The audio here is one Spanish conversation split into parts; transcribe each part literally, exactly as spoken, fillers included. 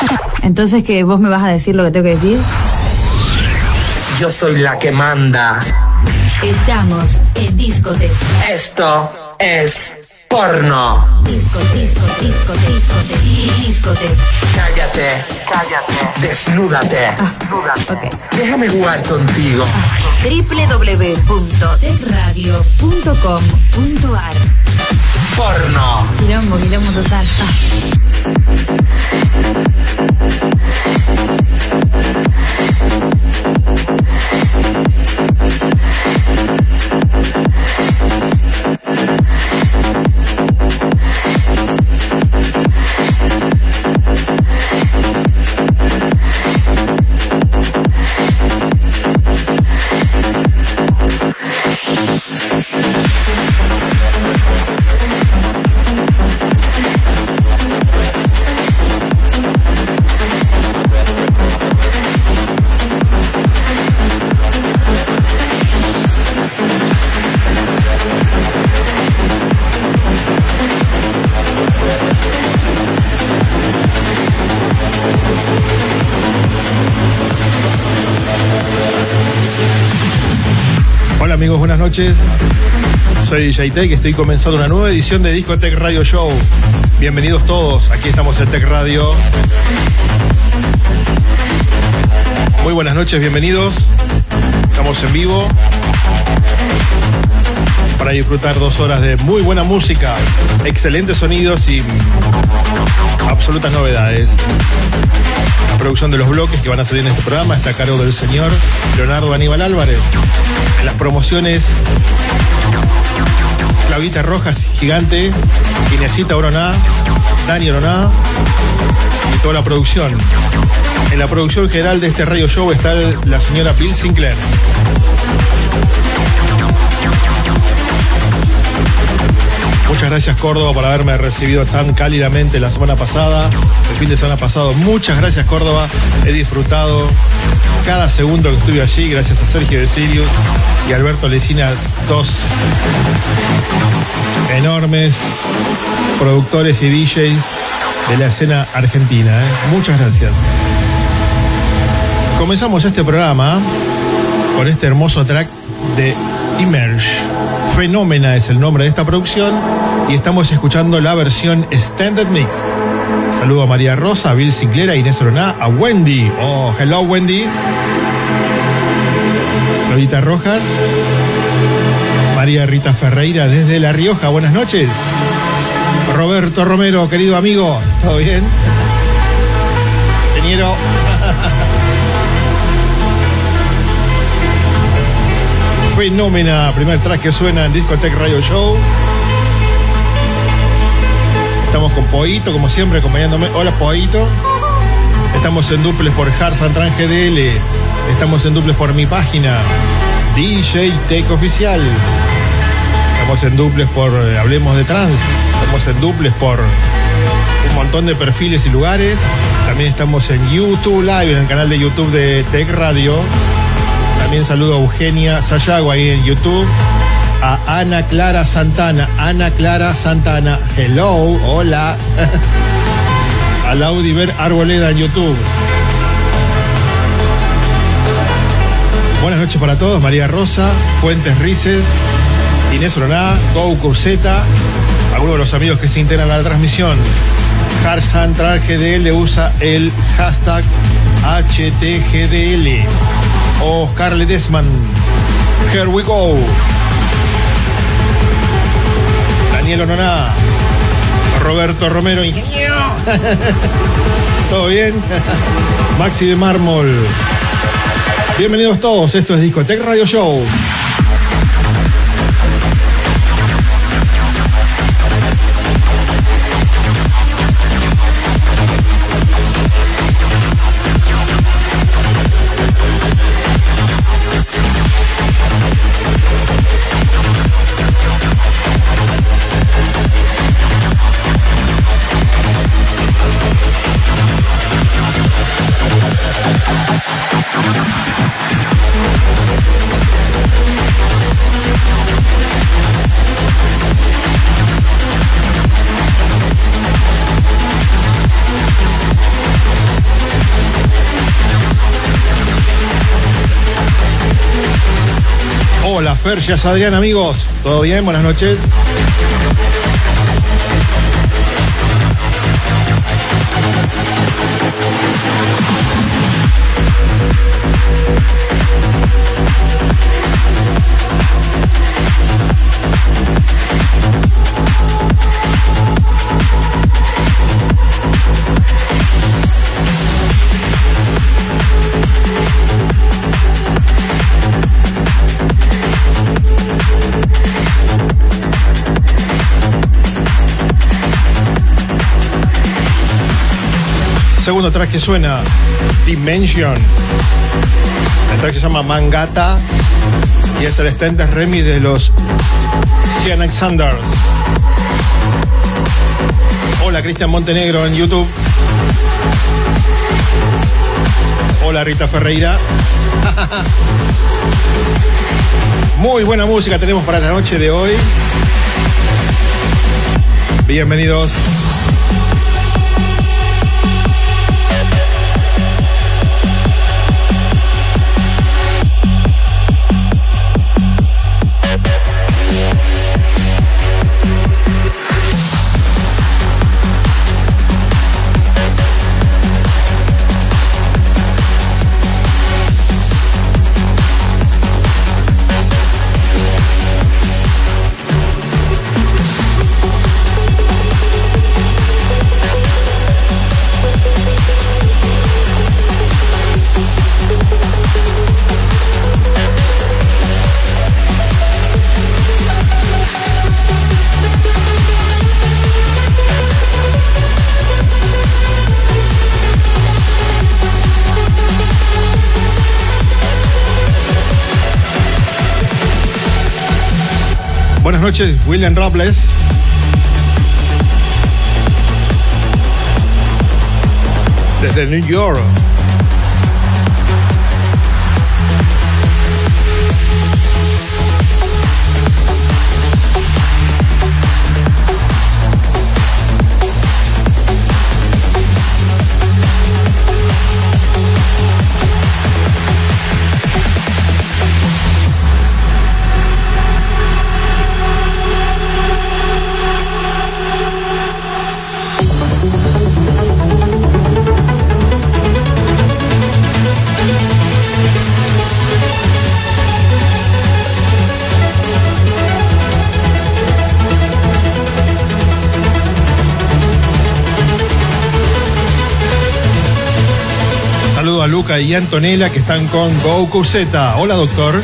Entonces, ¿que vos me vas a decir lo que tengo que decir? Yo soy la que manda. Estamos en Discote. Esto es porno. Disco, disco, disco, discote, discote. Cállate, cállate. Desnúdate. Ah, Desnúdate. ok. Déjame jugar contigo. doble u doble u doble u punto tech radio punto com punto a r. Porno. Quilombo, quilombo total. Ah. Hola amigos, buenas noches. Soy D J Tech, estoy comenzando una nueva edición de Discotech Radio Show. Bienvenidos todos, aquí estamos en Tech Radio. Muy buenas noches, bienvenidos. Estamos en vivo para disfrutar dos horas de muy buena música, excelentes sonidos y absolutas novedades. La producción de los bloques que van a salir en este programa está a cargo del señor Leonardo Aníbal Álvarez. En las promociones, Clavita Rojas Gigante, Inésita Oroná, Dani Oroná y toda la producción. En la producción general de este radio show está el, la señora Bill Sinclair. Muchas gracias Córdoba por haberme recibido tan cálidamente la semana pasada, el fin de semana pasado. Muchas gracias Córdoba, he disfrutado cada segundo que estuve allí, gracias a Sergio de Sirius y Alberto Lecina, dos enormes productores y D Js de la escena argentina, ¿eh? Muchas gracias. Comenzamos este programa con este hermoso track de Emerge. Fenómena es el nombre de esta producción y estamos escuchando la versión Extended Mix. Saludo a María Rosa, a Bill Sinclair, a Inés Oroná, a Wendy. Oh, hello Wendy. Lolita Rojas. María Rita Ferreira desde La Rioja, buenas noches. Roberto Romero, querido amigo, ¿todo bien? Ingeniero. Fenómena, primer track que suena en Discotech Radio Show. Estamos con Poito, como siempre, acompañándome. Hola, Poito. Estamos en duples por Harsantran G D L. Estamos en duples por mi página, D J Tech Oficial. Estamos en duples por eh, Hablemos de Trans. Estamos en duples por un montón de perfiles y lugares. También estamos en YouTube Live, en el canal de YouTube de Tech Radio. También saludo a Eugenia Sayago ahí en YouTube. A Ana Clara Santana. Ana Clara Santana. Hello, hola. A Laudiver Arboleda en YouTube. Buenas noches para todos. María Rosa, Fuentes Rices, Inés Oroná, Go Curseta, algunos de los amigos que se integran a la transmisión. Harsantral G D L usa el hashtag H T G D L. Oscar Ledesman, here we go. Daniel Oroná, Roberto Romero, ingeniero. ¿Todo bien? Maxi de Mármol. Bienvenidos todos, esto es Discotech Radio Show. Hola, Fer, ya es Adrián, amigos. ¿Todo bien? Buenas noches. Segundo track que suena, Dimension. El track se llama Mangata y es el extended remix de los Cian Alexanders. Hola, Cristian Montenegro en YouTube. Hola, Rita Ferreira. Muy buena música tenemos para la noche de hoy. Bienvenidos. Buenas noches, William Robles. Desde New York. A Luca y Antonella que están con Goku Z. Hola, doctor.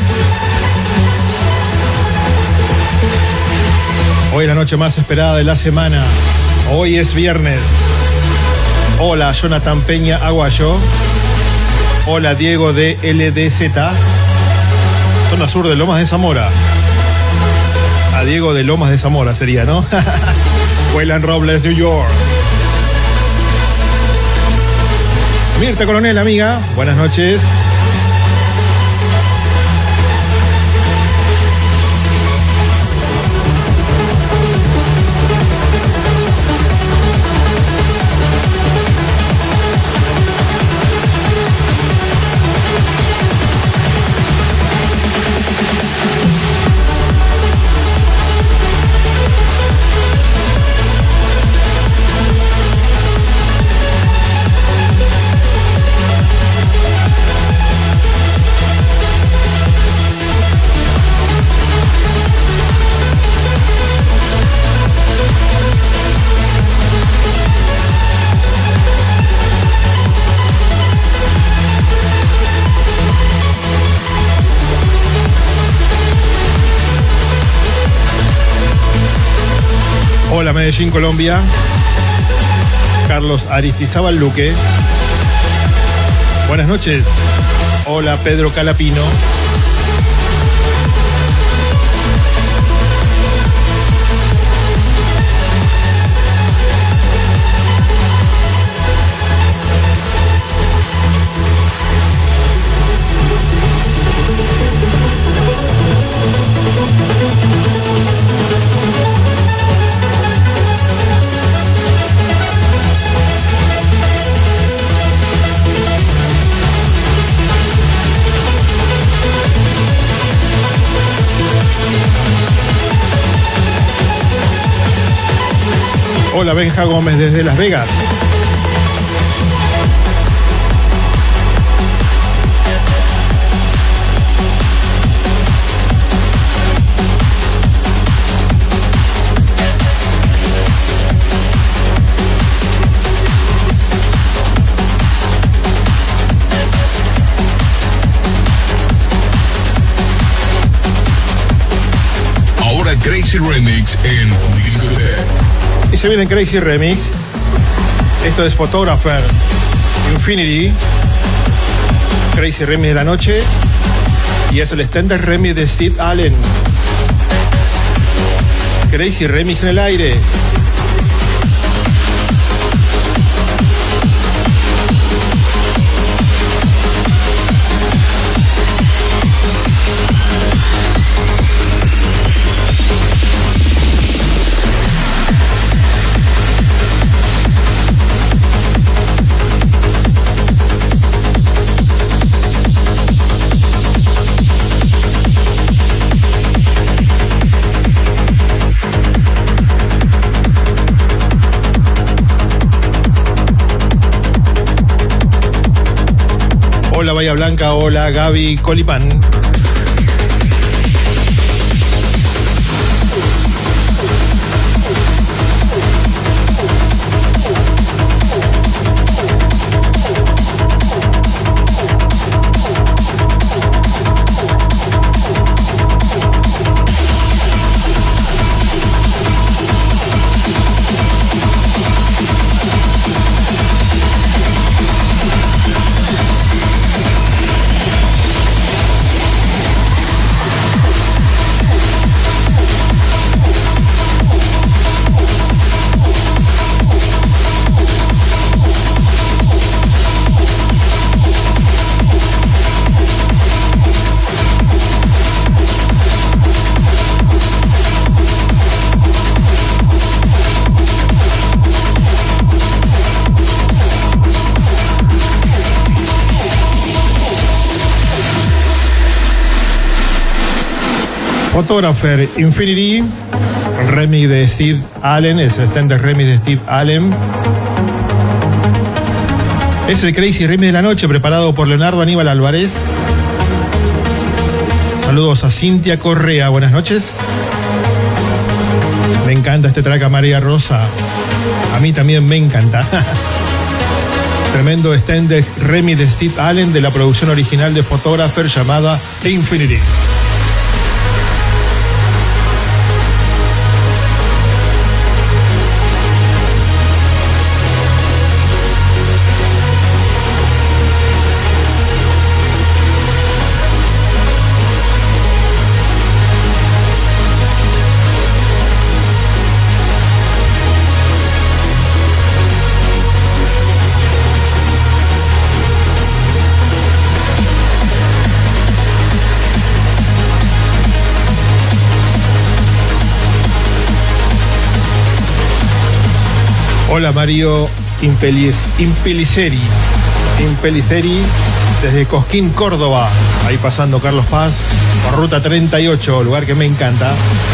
Hoy es la noche más esperada de la semana. Hoy es viernes. Hola, Jonathan Peña Aguayo. Hola, Diego de L D Z. Zona sur de Lomas de Zamora. A Diego de Lomas de Zamora sería, ¿no? William Robles, New York. Mirta Coronel, amiga, buenas noches. Hola, Medellín, Colombia. Carlos Aristizábal Luque. Buenas noches. Hola, Pedro Calapino. Hola, Benja Gómez desde Las Vegas. Crazy Remix en Discoteque. Y se viene Crazy Remix. Esto es Photographer Infinity. Crazy Remix de la noche. Y es el Extended Remix de Steve Allen. Crazy Remix en el aire. Hola Bahía Blanca, hola Gaby Colipán. Photographer Infinity, remix de Steve Allen, es el extended remix de Steve Allen. Es el Crazy Remix de la noche, preparado por Leonardo Aníbal Álvarez. Saludos a Cintia Correa, buenas noches. Me encanta este track a María Rosa. A mí también me encanta. Tremendo extended remix de Steve Allen de la producción original de Photographer llamada Infinity. Hola Mario Impeliz, Impeliceri, Impeliceri desde Cosquín, Córdoba. Ahí pasando Carlos Paz por ruta treinta y ocho, lugar que me encanta.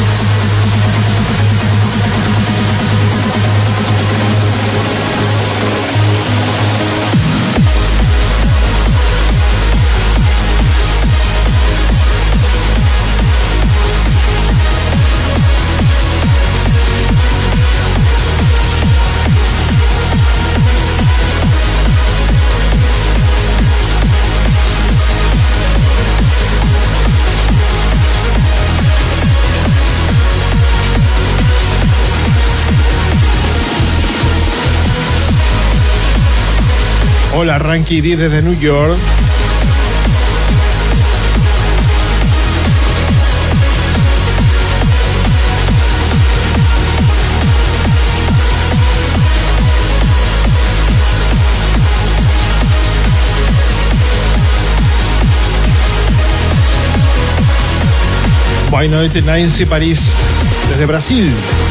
Hola, Ranky D desde New York. Boa noite, Nancy París desde Brasil.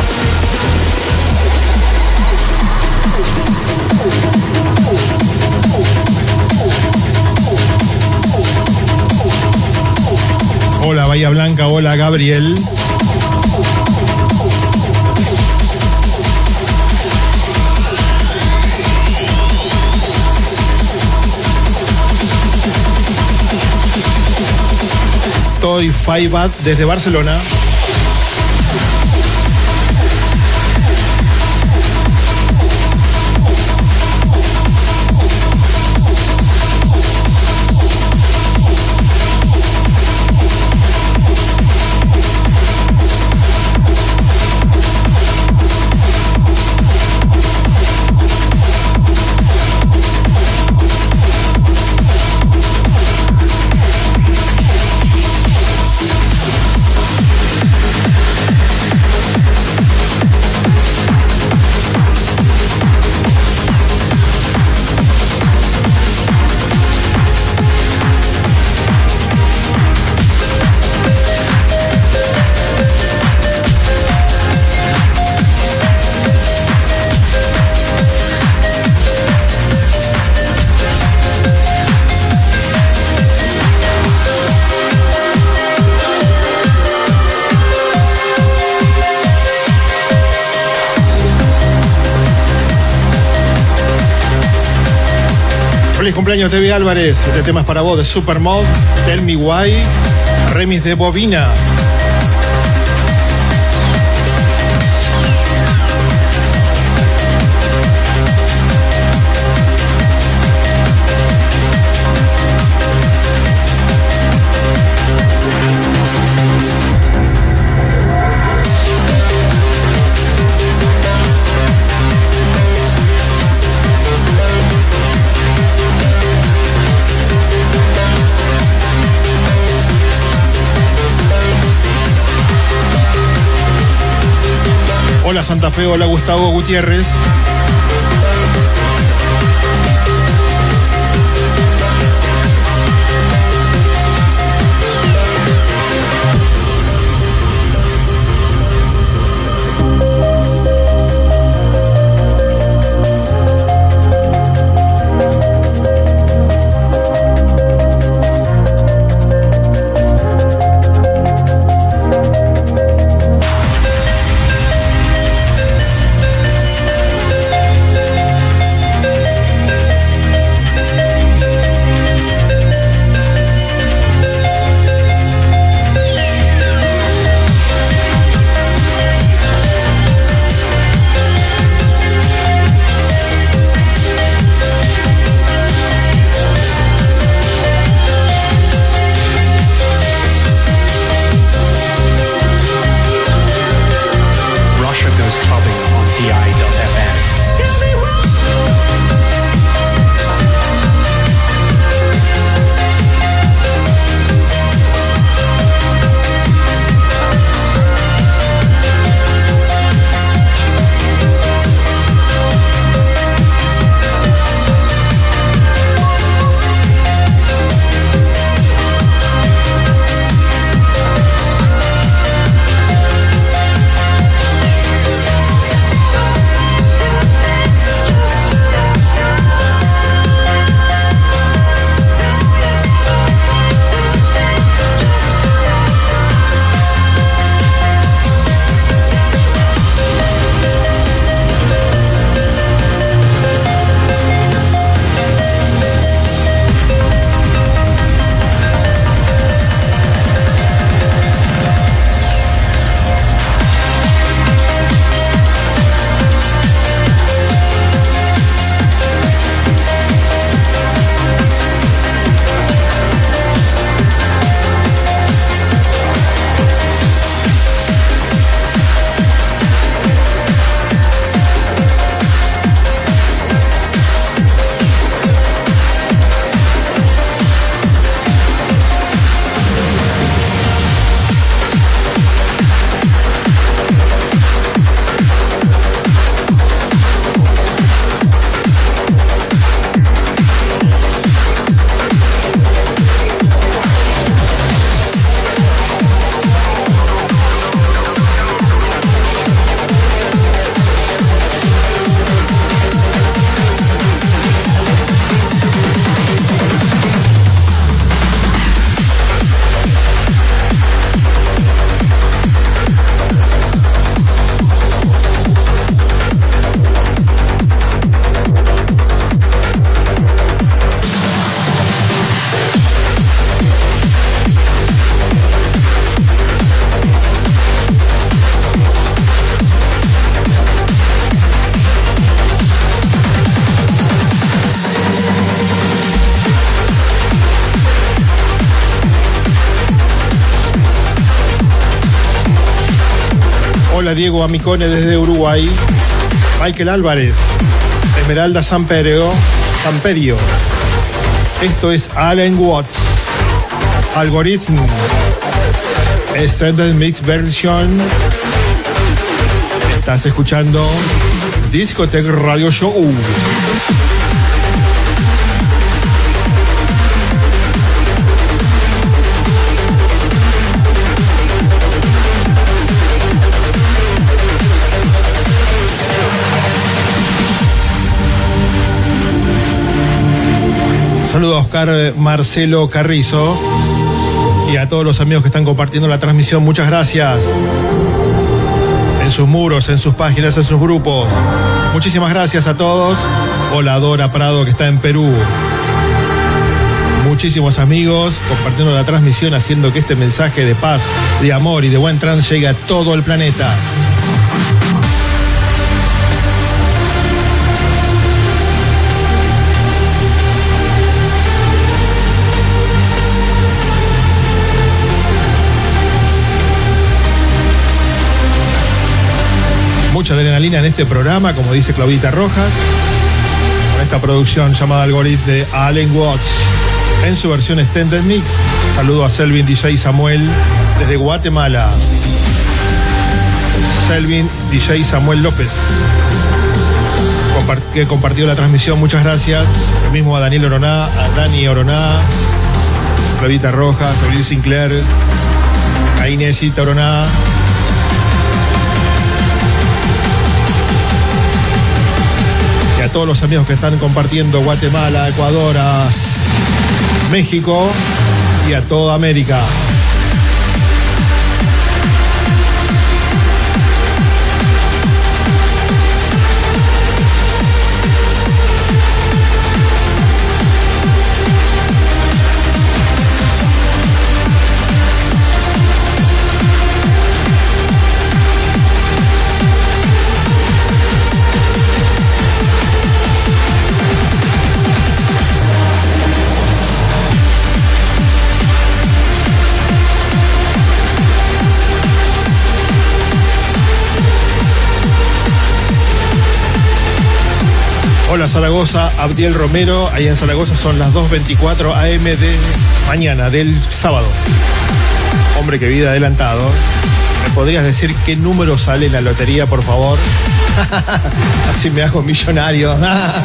Hola Bahía Blanca, hola Gabriel. Toy Faibat desde Barcelona. Feliz cumpleaños, T V Álvarez. Este tema es para vos, de Supermod, Tell Me Why, remix de Bobina. Hola Santa Fe, hola Gustavo Gutiérrez. Hola Diego Amicone desde Uruguay. Michael Álvarez. Esmeralda Samperio. Samperio. Esto es Alan Watts. Algorithm. Extended Mix Version. Estás escuchando Discotech Radio Show. Saludos a Oscar Marcelo Carrizo y a todos los amigos que están compartiendo la transmisión. Muchas gracias. En sus muros, en sus páginas, en sus grupos. Muchísimas gracias a todos. Hola Dora Prado que está en Perú. Muchísimos amigos compartiendo la transmisión, haciendo que este mensaje de paz, de amor y de buen trance llegue a todo el planeta. Mucha adrenalina en este programa, como dice Claudita Rojas, con esta producción llamada Algorithm de Alan Watts en su versión Extended Mix. Saludo a Selvin D J Samuel desde Guatemala. Selvin D J Samuel López, que compartió la transmisión, muchas gracias. Lo mismo a Daniel Oroná, a Dani Oroná, Claudita Rojas, a Gabriel Sinclair, a Inésita Oroná. A todos los amigos que están compartiendo Guatemala, Ecuador, a México y a toda América. Hola Zaragoza, Abdiel Romero, ahí en Zaragoza son las dos veinticuatro a eme de mañana, del sábado. Hombre, qué vida adelantado. ¿Me podrías decir qué número sale en la lotería, por favor? Así me hago millonario.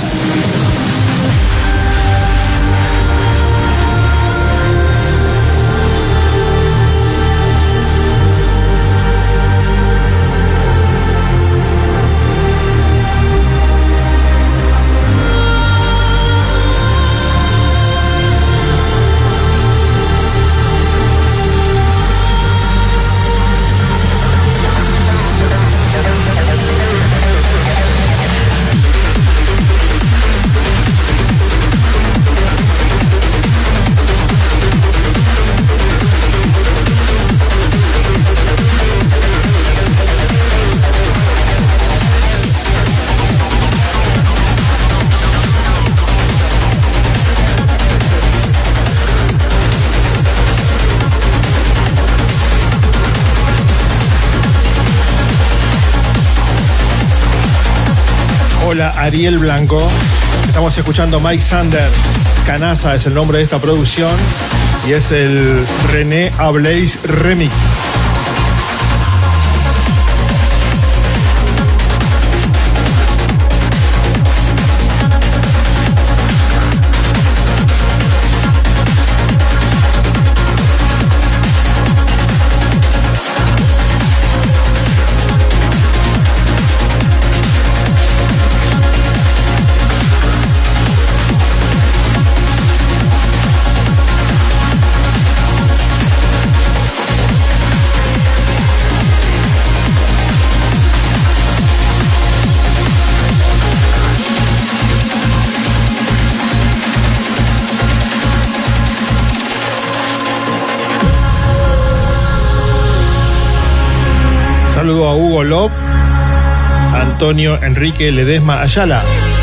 Hola Ariel Blanco, estamos escuchando Mike Sander, Canasa es el nombre de esta producción y es el René Ablaze Remix. Saludo a Hugo Lop, Antonio Enrique Ledesma Ayala,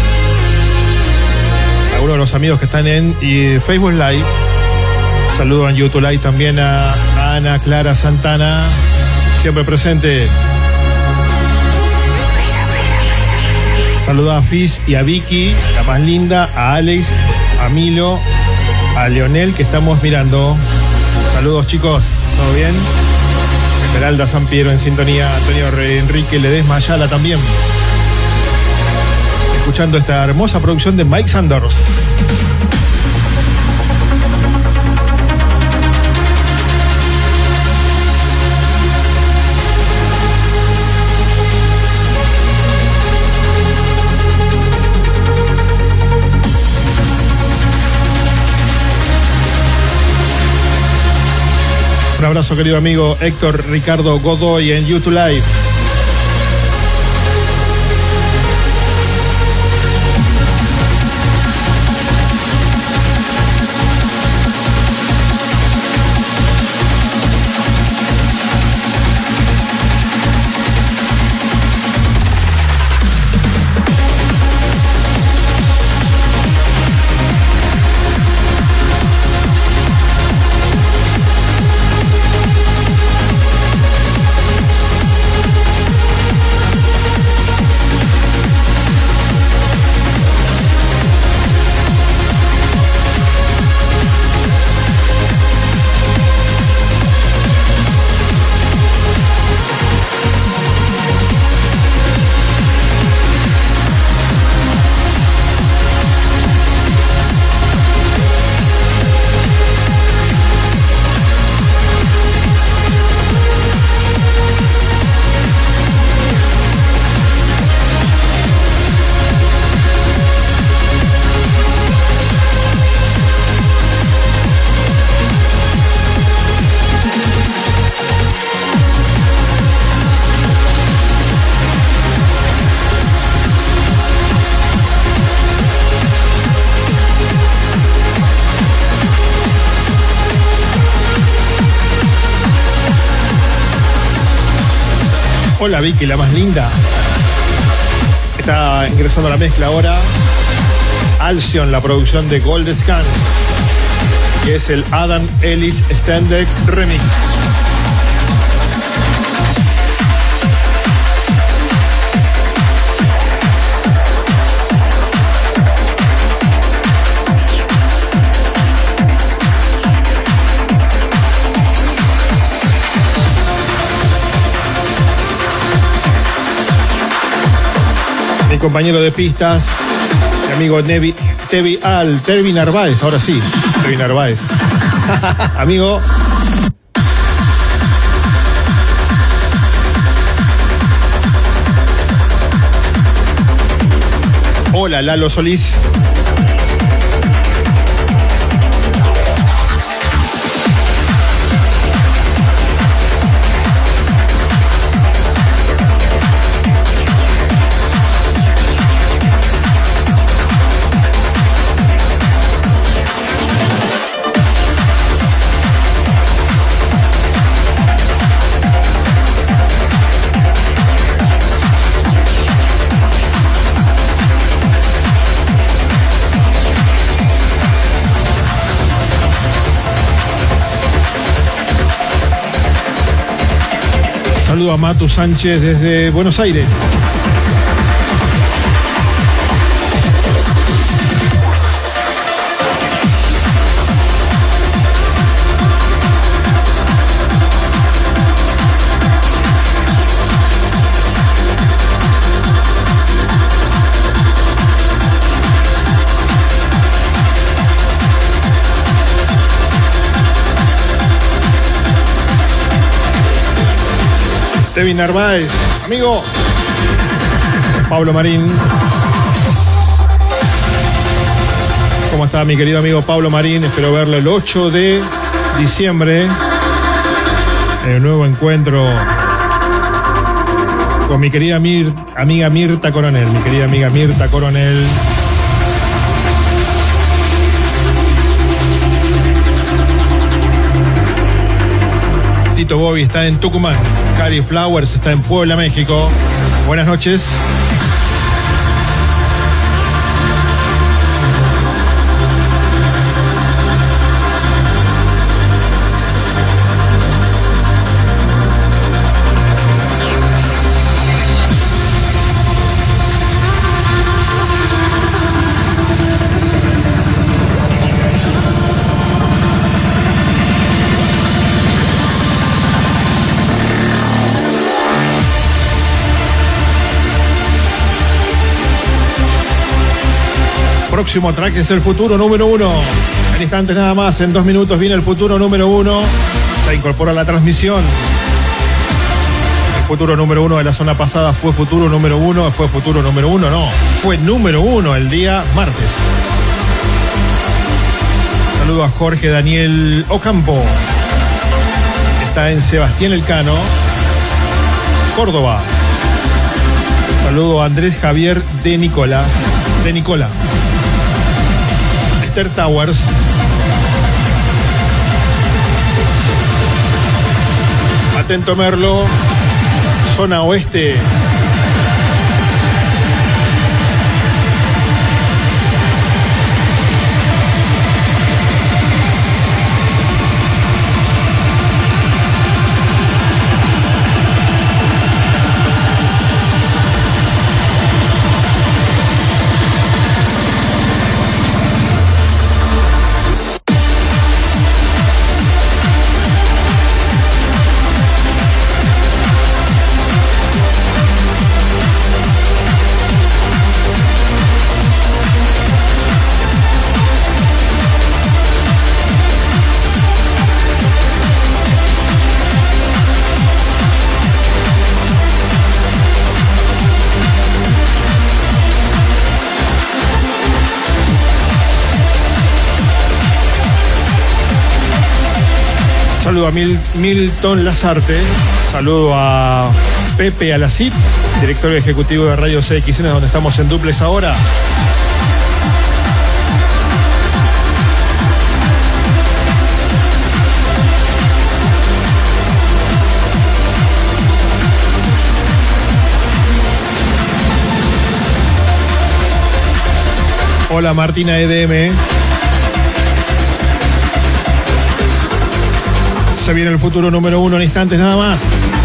algunos de los amigos que están en y Facebook Live. Saludo en YouTube Live también a, a Ana Clara Santana, siempre presente. Saludos a Fizz y a Vicky, la más linda, a Alex, a Milo, a Leonel, que estamos mirando. Saludos, chicos, ¿todo bien? Esmeralda San Piero en sintonía, Antonio Re Enrique Ledesma Ayala también. Escuchando esta hermosa producción de Mike Sanders. Un abrazo, querido amigo Héctor Ricardo Godoy en YouTube Live. Hola Vicky, la más linda. Está ingresando a la mezcla ahora Alcyon, la producción de Gold Scan, que es el Adam Ellis Standard Remix. Mi compañero de pistas, mi amigo Nevi, Tevi Al, Tevi Narváez, ahora sí, Tevi Narváez. Amigo. Hola, Lalo Solís. Saludo a Matu Sánchez desde Buenos Aires. Tevi Narváez, amigo. Pablo Marín. ¿Cómo está mi querido amigo Pablo Marín? Espero verlo el ocho de diciembre. En el nuevo encuentro con mi querida Mir, amiga Mirta Coronel. Mi querida amiga Mirta Coronel. Tito Bobby está en Tucumán. Cari Flowers está en Puebla, México. Buenas noches. próximo track es el futuro número uno. En instantes nada más, en dos minutos viene el futuro número uno. Se incorpora a la transmisión. El futuro número uno de la zona pasada fue futuro número uno. Fue futuro número uno, no. Fue número uno el día martes. Saludo a Jorge Daniel Ocampo. Está en Sebastián Elcano, Córdoba. Saludo a Andrés Javier de Nicola. De Nicola. Esther Towers. Atento Merlo. Zona oeste. Saludo a Mil, Milton Lazarte, saludo a Pepe Alacid, director ejecutivo de Radio C X N, donde estamos en duplex ahora. Hola Martina E D M. Se viene el futuro número uno en instantes nada más.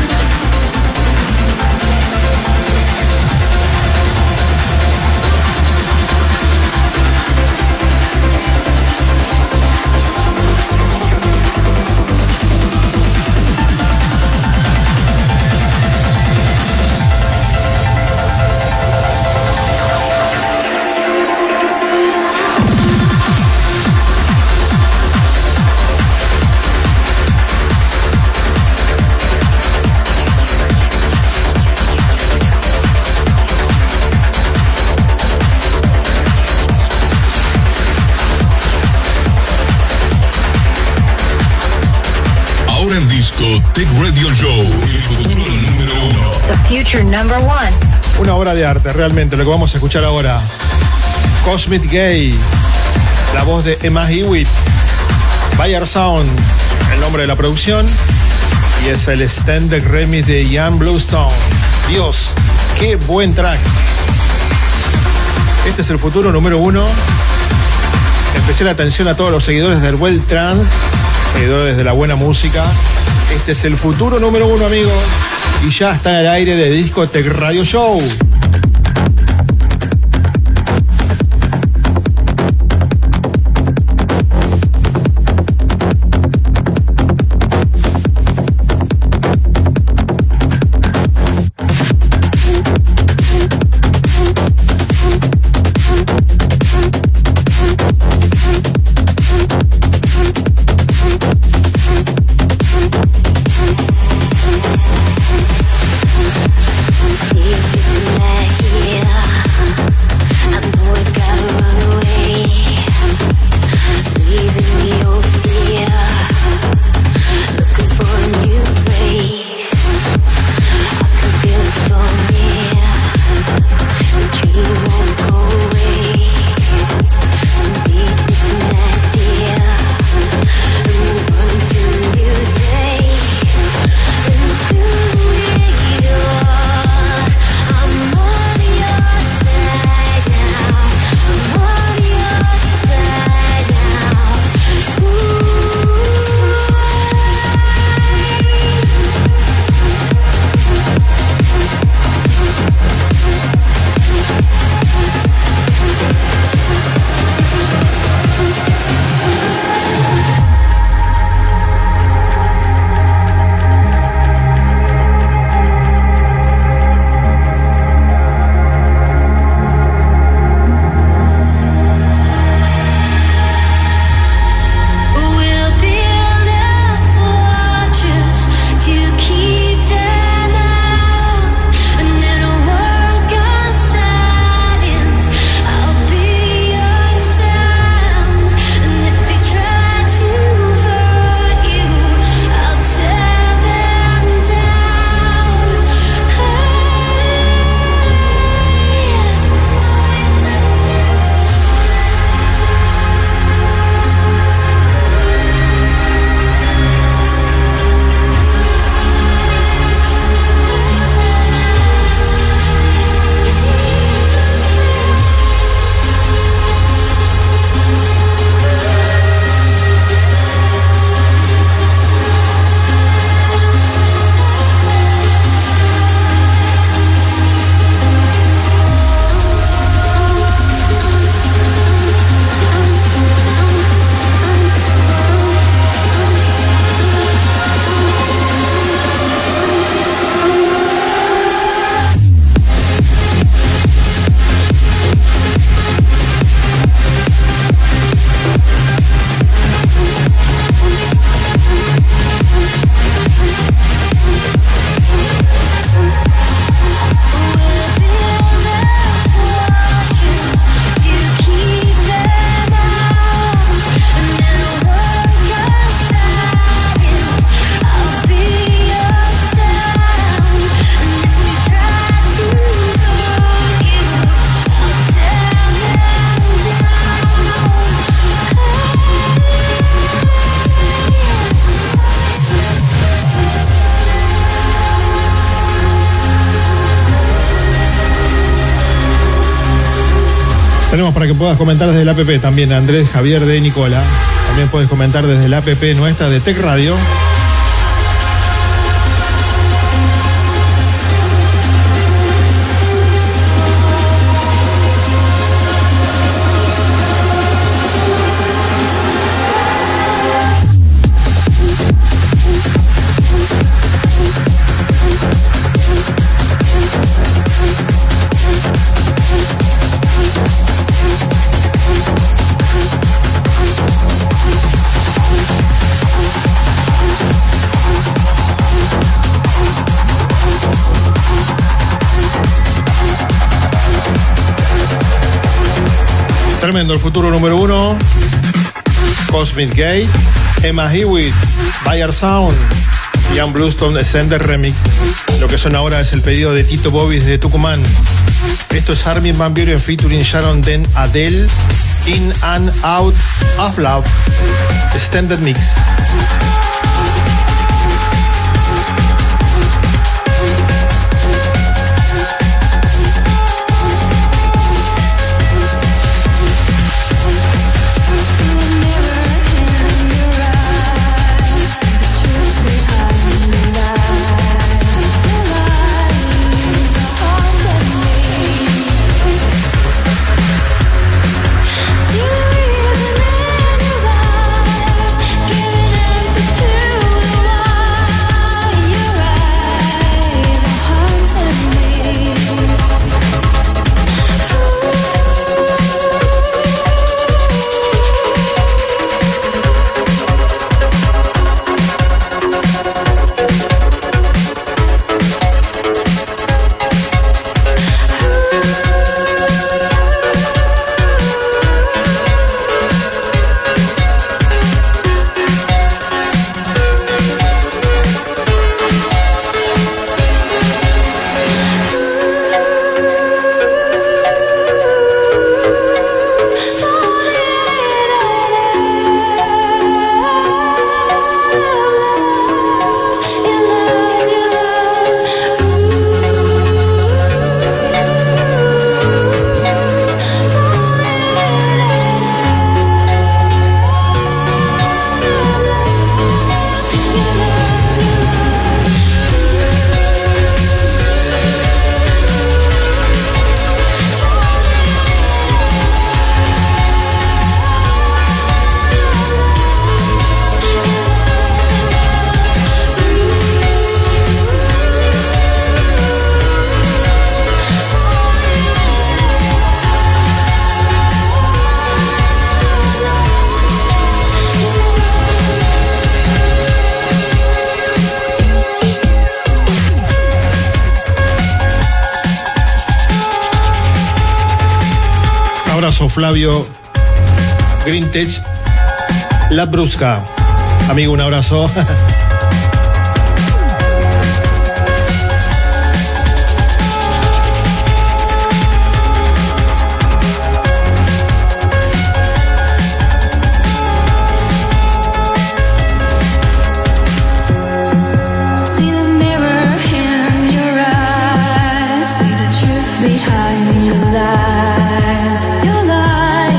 Tech Radio Show, el futuro número uno. The future number one. Una obra de arte, realmente, lo que vamos a escuchar ahora. Cosmic Gay, la voz de Emma Hewitt. Bayer Sound, el nombre de la producción. Y es el extended remix de Ian Bluestone. Dios, qué buen track. Este es el futuro número uno. Especial atención a todos los seguidores del Well Trance, seguidores de la buena música. Este es el futuro número uno, amigos. Y ya está en el aire de Discotech Radio Show. Tonight. tenemos para que puedas comentar desde el app también, Andrés Javier de Nicola. También puedes comentar desde la app nuestra de Tech Radio. Tremendo, el futuro número uno. Cosmic Gate, Emma Hewitt, Bayer Sound, Ian Bluestone Extended Remix. Lo que suena ahora es el pedido de Tito Bobis de Tucumán. Esto es Armin van Buuren featuring Sharon Den Adele, In and Out of Love, Extended Mix. Flavio Grintech Latbruska. Amigo, un abrazo.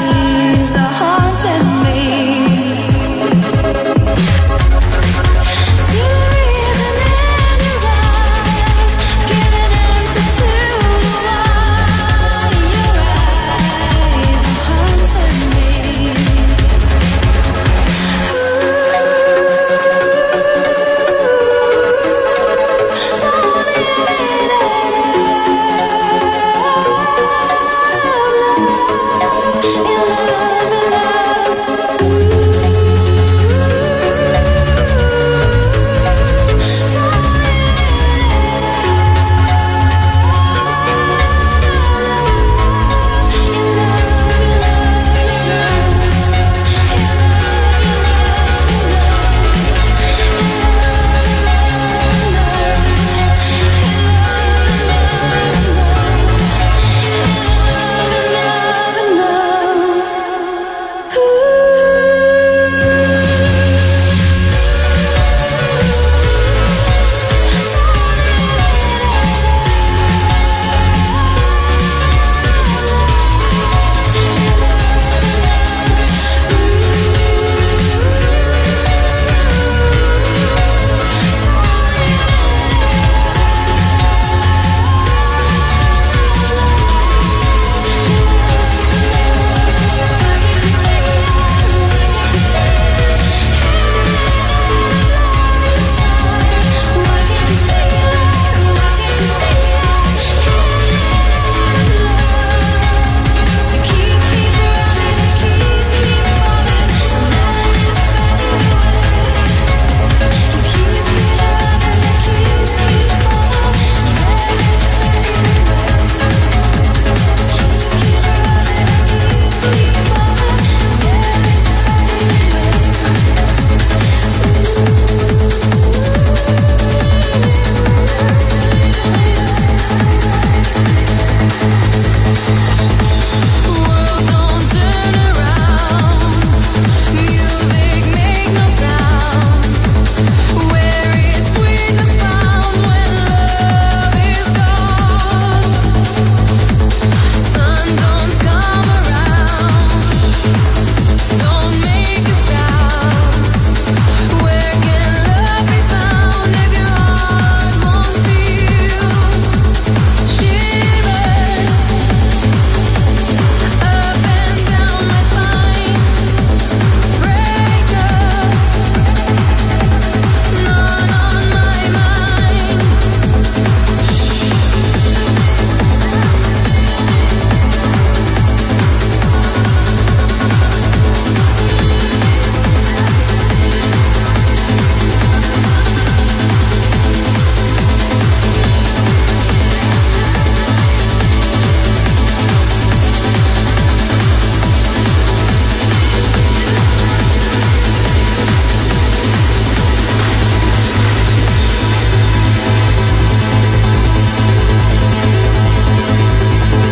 Your lies are haunting me.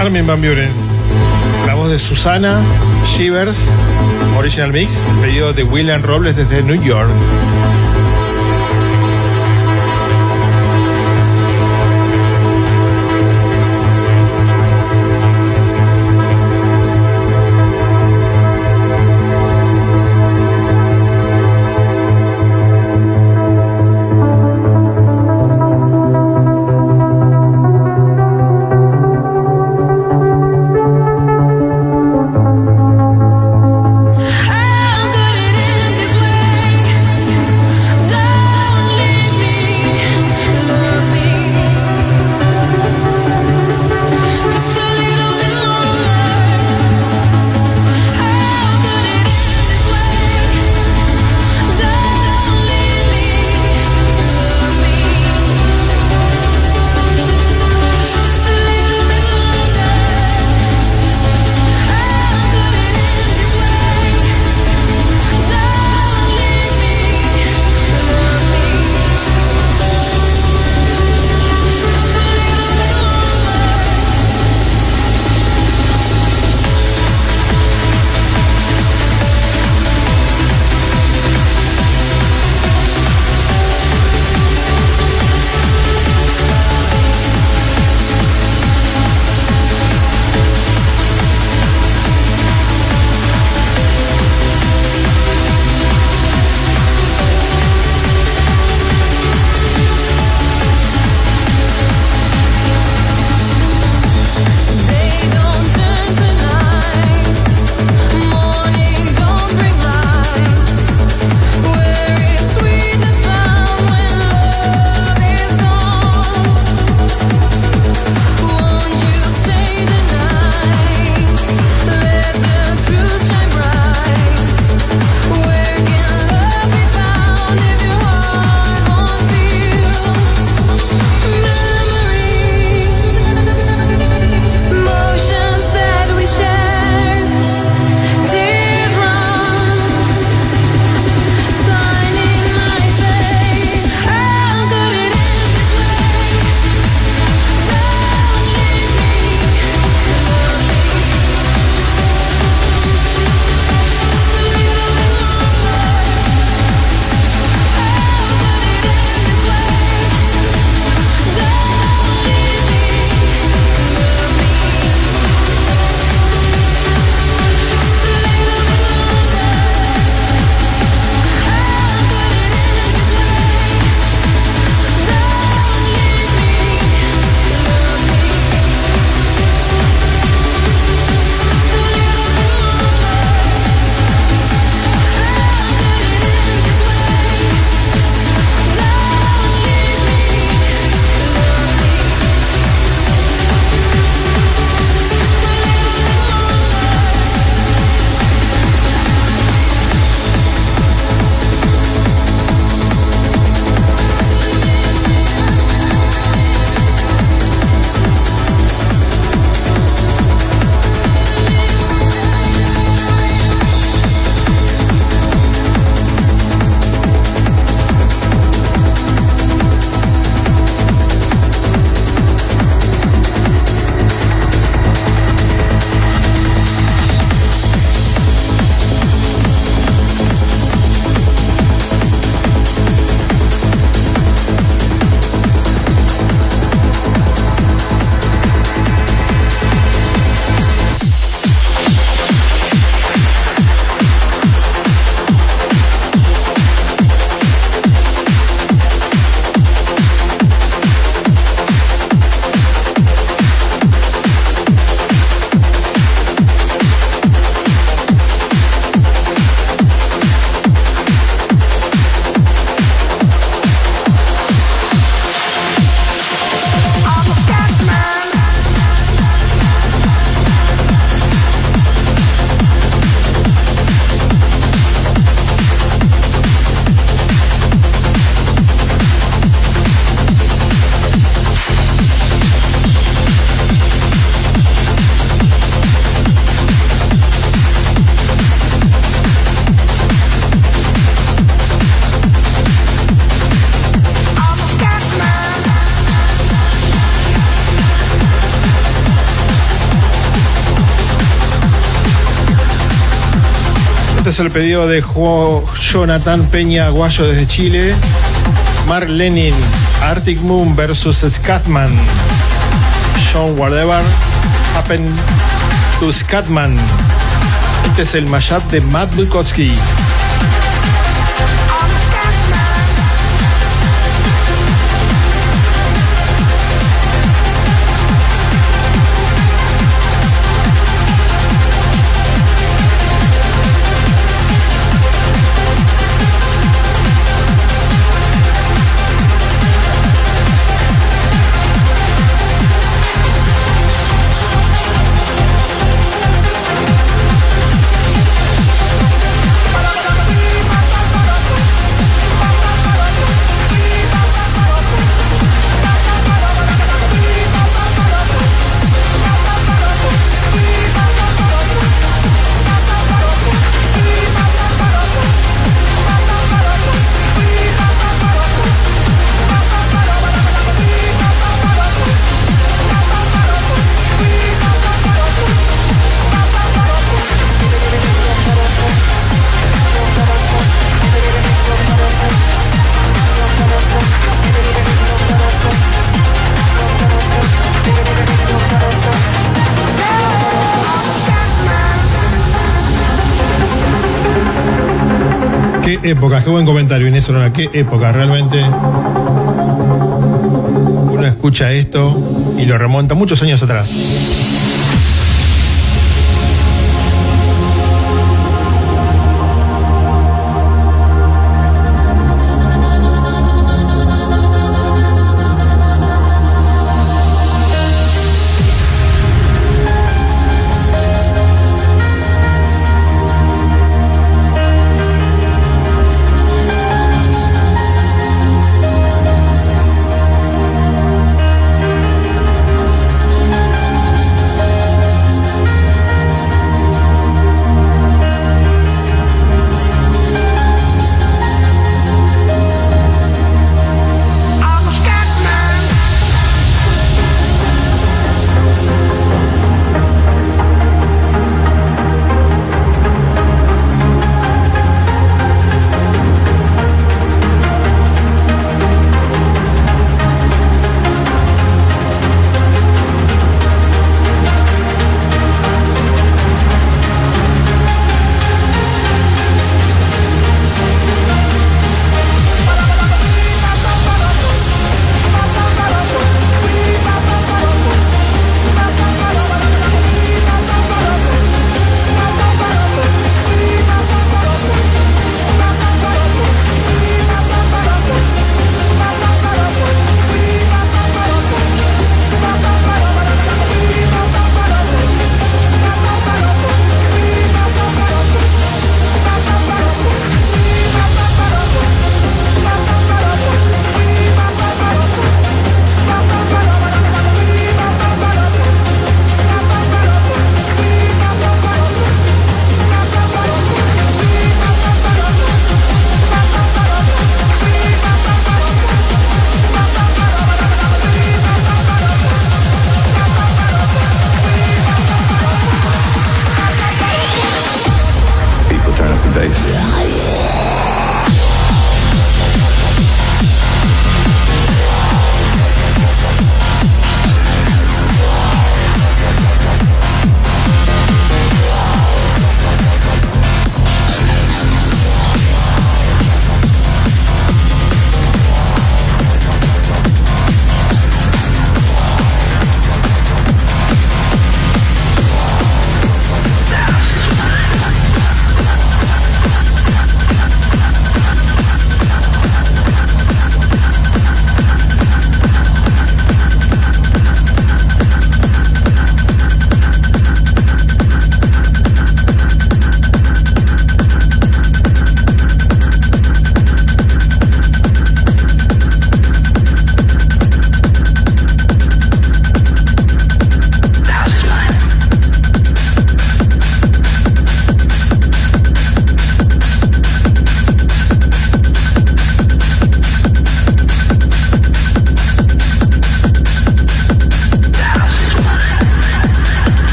Armin van Buuren. La voz de Susana Shivers, Original Mix, pedido de William Robles desde New York. I'm good at it this way. al pedido de Jo- Jonathan Peña Aguayo desde Chile. Mark Lenin, Arctic Moon versus Scatman. Sean Whatever Happened to Scatman. Este es el mashup de Matt Bukowski. Qué época, qué buen comentario, Inés Orona, qué época, realmente. Uno escucha esto y lo remonta muchos años atrás.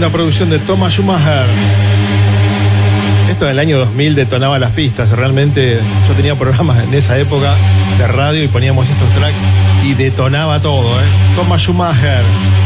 Tremenda producción de Thomas Schumacher. Esto en el año dos mil detonaba las pistas. Realmente yo tenía programas en esa época de radio y poníamos estos tracks y detonaba todo, ¿eh? Thomas Schumacher.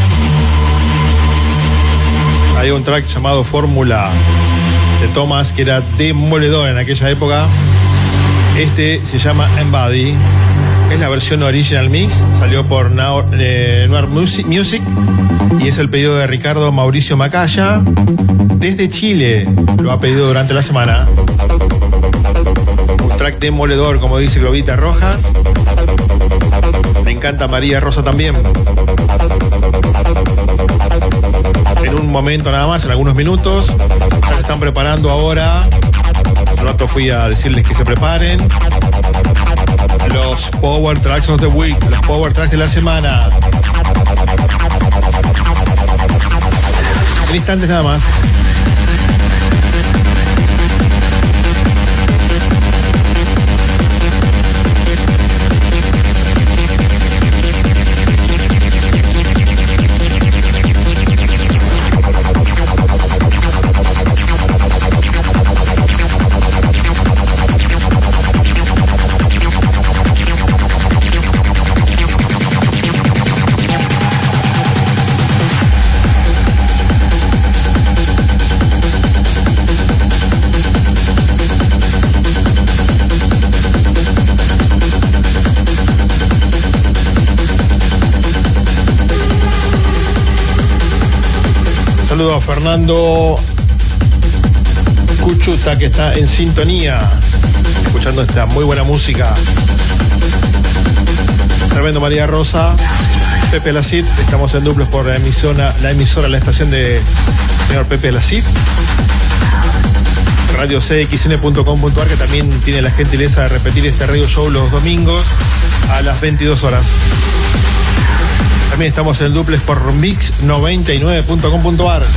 Había un track llamado Fórmula de Thomas que era demoledor en aquella época. Este se llama Embody. Es la versión original mix. Salió por Noir, eh, Noir Music, Music y es el pedido de Ricardo Mauricio Macaya desde Chile. Lo ha pedido durante la semana. Un track demoledor, como dice Globita Rojas. Me encanta María Rosa también. En un momento nada más, en algunos minutos, ya se están preparando ahora. Hace rato fui a decirles que se preparen. Los Power Tracks of the Week, los Power Tracks de la semana. En instantes nada más. Saludo a Fernando Cuchuta, que está en sintonía, escuchando esta muy buena música. Tremendo María Rosa, Pepe Lacit, estamos en duplos por la emisora, la emisora, la estación de señor Pepe Lacit. Radio C X N punto com punto a r, que también tiene la gentileza de repetir este radio show los domingos a las veintidós horas. También estamos en duples por mix noventa y nueve punto com punto a r.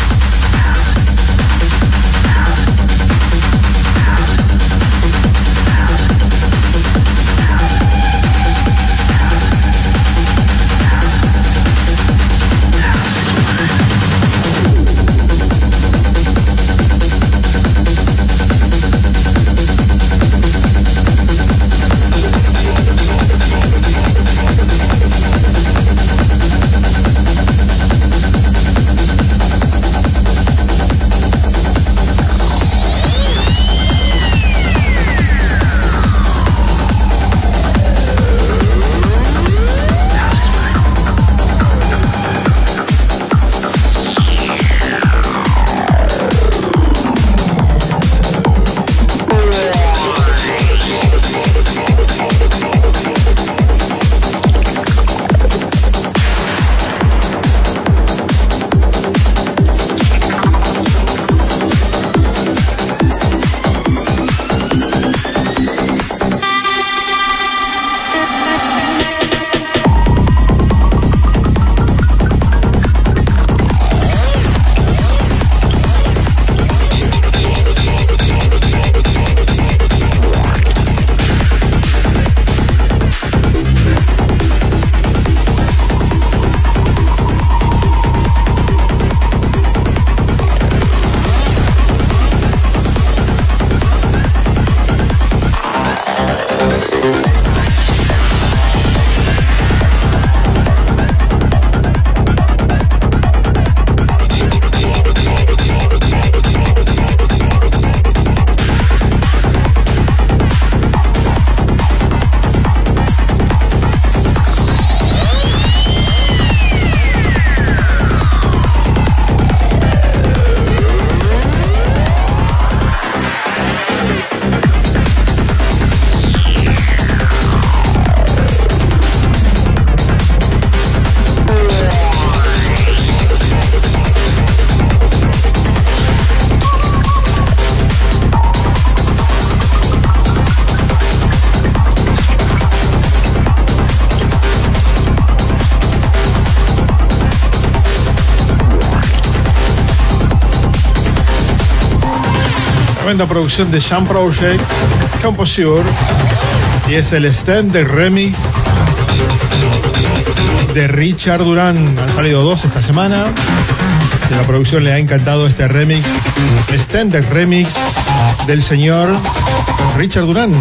Tremenda producción de Jam Project, Composure, y es el stand de remix de Richard Durán. Han salido dos esta semana. que la producción le ha encantado este remix, extended remix del señor Richard Durán.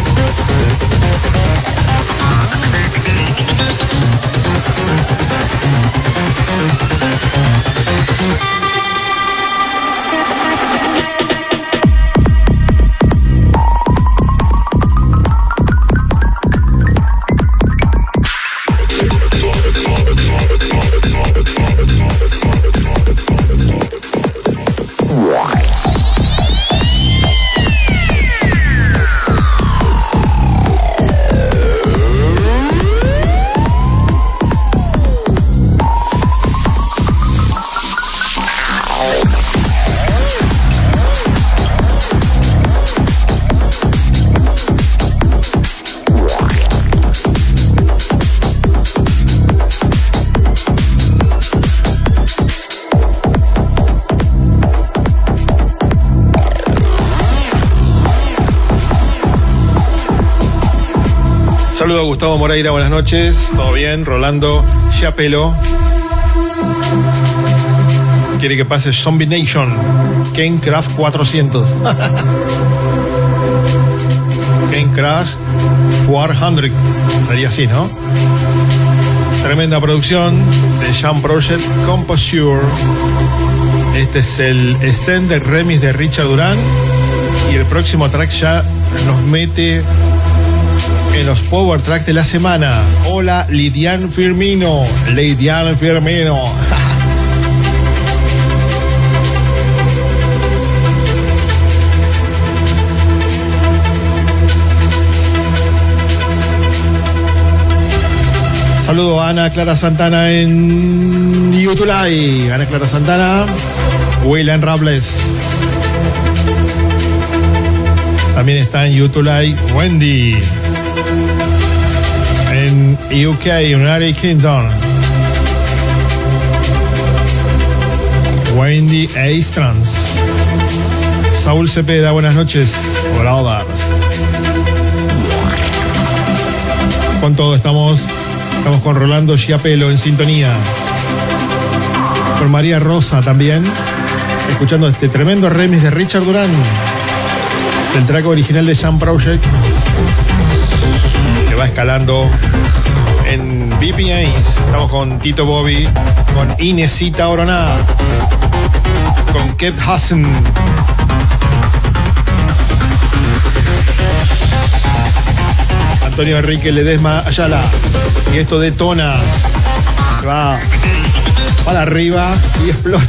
Saludo a Gustavo Moreira, buenas noches. ¿Todo bien? Rolando Chapelo. Quiere que pase Zombie Nation. Gamecraft cuatrocientos. Gamecraft cuatrocientos. Sería así, ¿no? Tremenda producción de Jam Project Composure. Este es el extended remix de Richard Durán. Y el próximo track ya nos mete en los Power Tracks de la semana. Hola, Lidian Firmino. Lidian Firmino. Saludo a Ana Clara Santana en YouTube Live. Ana Clara Santana. William Rables. También está en YouTube Live Wendy. En U K, United Kingdom. Wendy Aistrans. Saúl Cepeda, buenas noches. Brothers. Con todo estamos, estamos con Rolando Chiapelo en sintonía. Con María Rosa también, escuchando este tremendo remix de Richard Durán, el track original de Jam Project, que va escalando en B P As. Estamos con Tito Bobby, con Inesita Oroná, con Kev Hassen, Antonio Enrique Ledesma Ayala. Y esto detona, va para arriba y explota.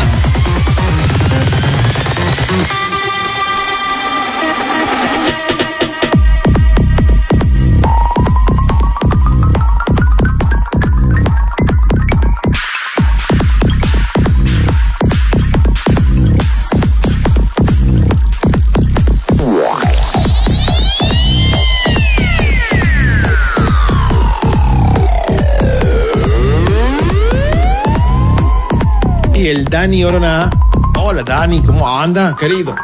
Y el Dani Oroná. Hola Dani, ¿cómo anda, querido?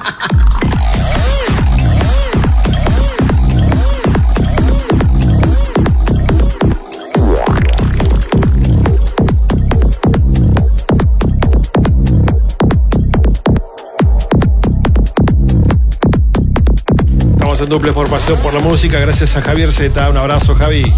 Estamos en Duple por Pasión por la Música. Gracias a Javier Zeta. Un abrazo, Javi.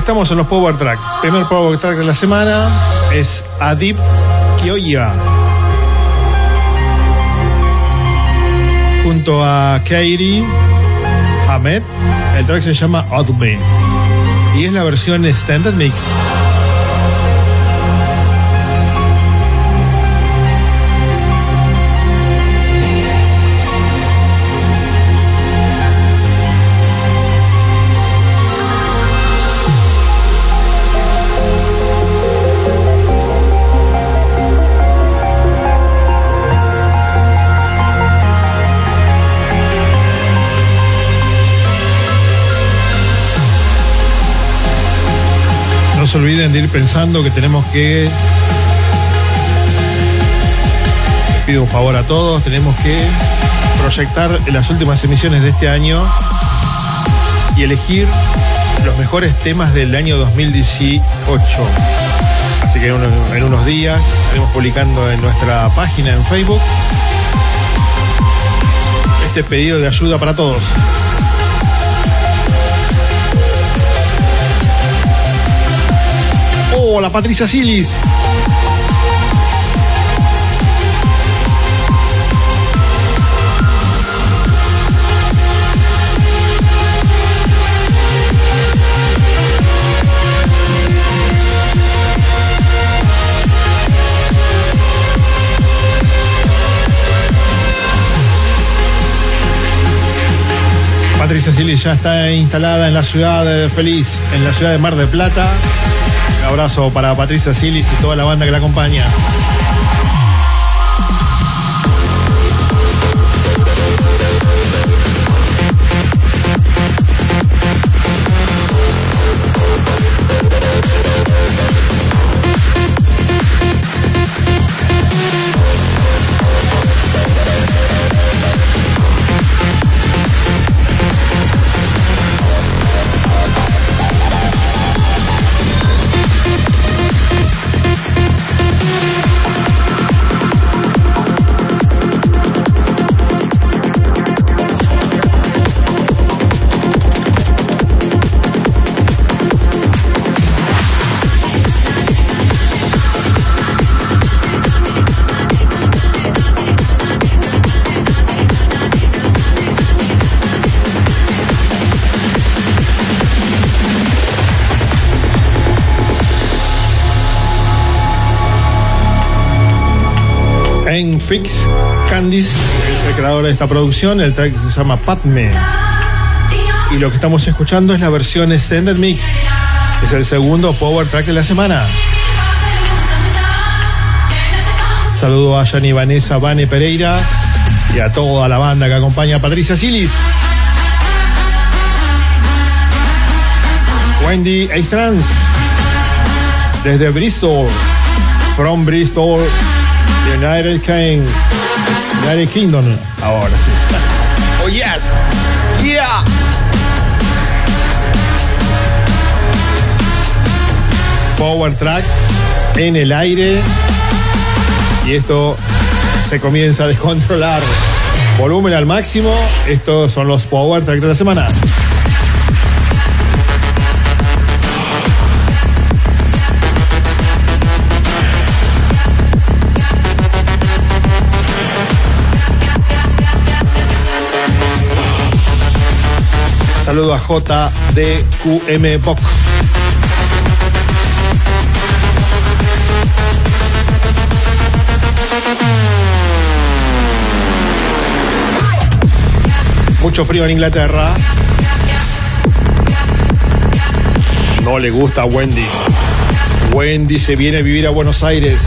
Estamos en los Power Track. Primer Power Track de la semana es Adib Kioya junto a Kairi Ahmed. El track se llama Adbe y es la versión Standard Mix. No se olviden de ir pensando que tenemos que, les pido un favor a todos, tenemos que proyectar las últimas emisiones de este año y elegir los mejores temas del año dos mil dieciocho. Así que en unos, en unos días estaremos publicando en nuestra página en Facebook este pedido de ayuda para todos. Hola, Patricia Silis. Patricia Silis ya está instalada en la ciudad de Feliz, en la ciudad de Mar del Plata. Un abrazo para Patricia Silis y toda la banda que la acompaña. Fix Candice es el creador de esta producción. El track se llama Padme y lo que estamos escuchando es la versión Extended Mix. Es el segundo Power Track de la semana. Saludo a Yani Vanessa Vane Pereira y a toda la banda que acompaña a Patricia Silis. Wendy Eistrans desde Bristol, from Bristol, United King, United Kingdom. Ahora sí. Oh yes, yeah. Power Track en el aire y esto se comienza a descontrolar. Volumen al máximo. Estos son los Power Track de la semana. Saludo a J D Q M Boc. Mucho frío en Inglaterra. No le gusta a Wendy. Wendy se viene a vivir a Buenos Aires.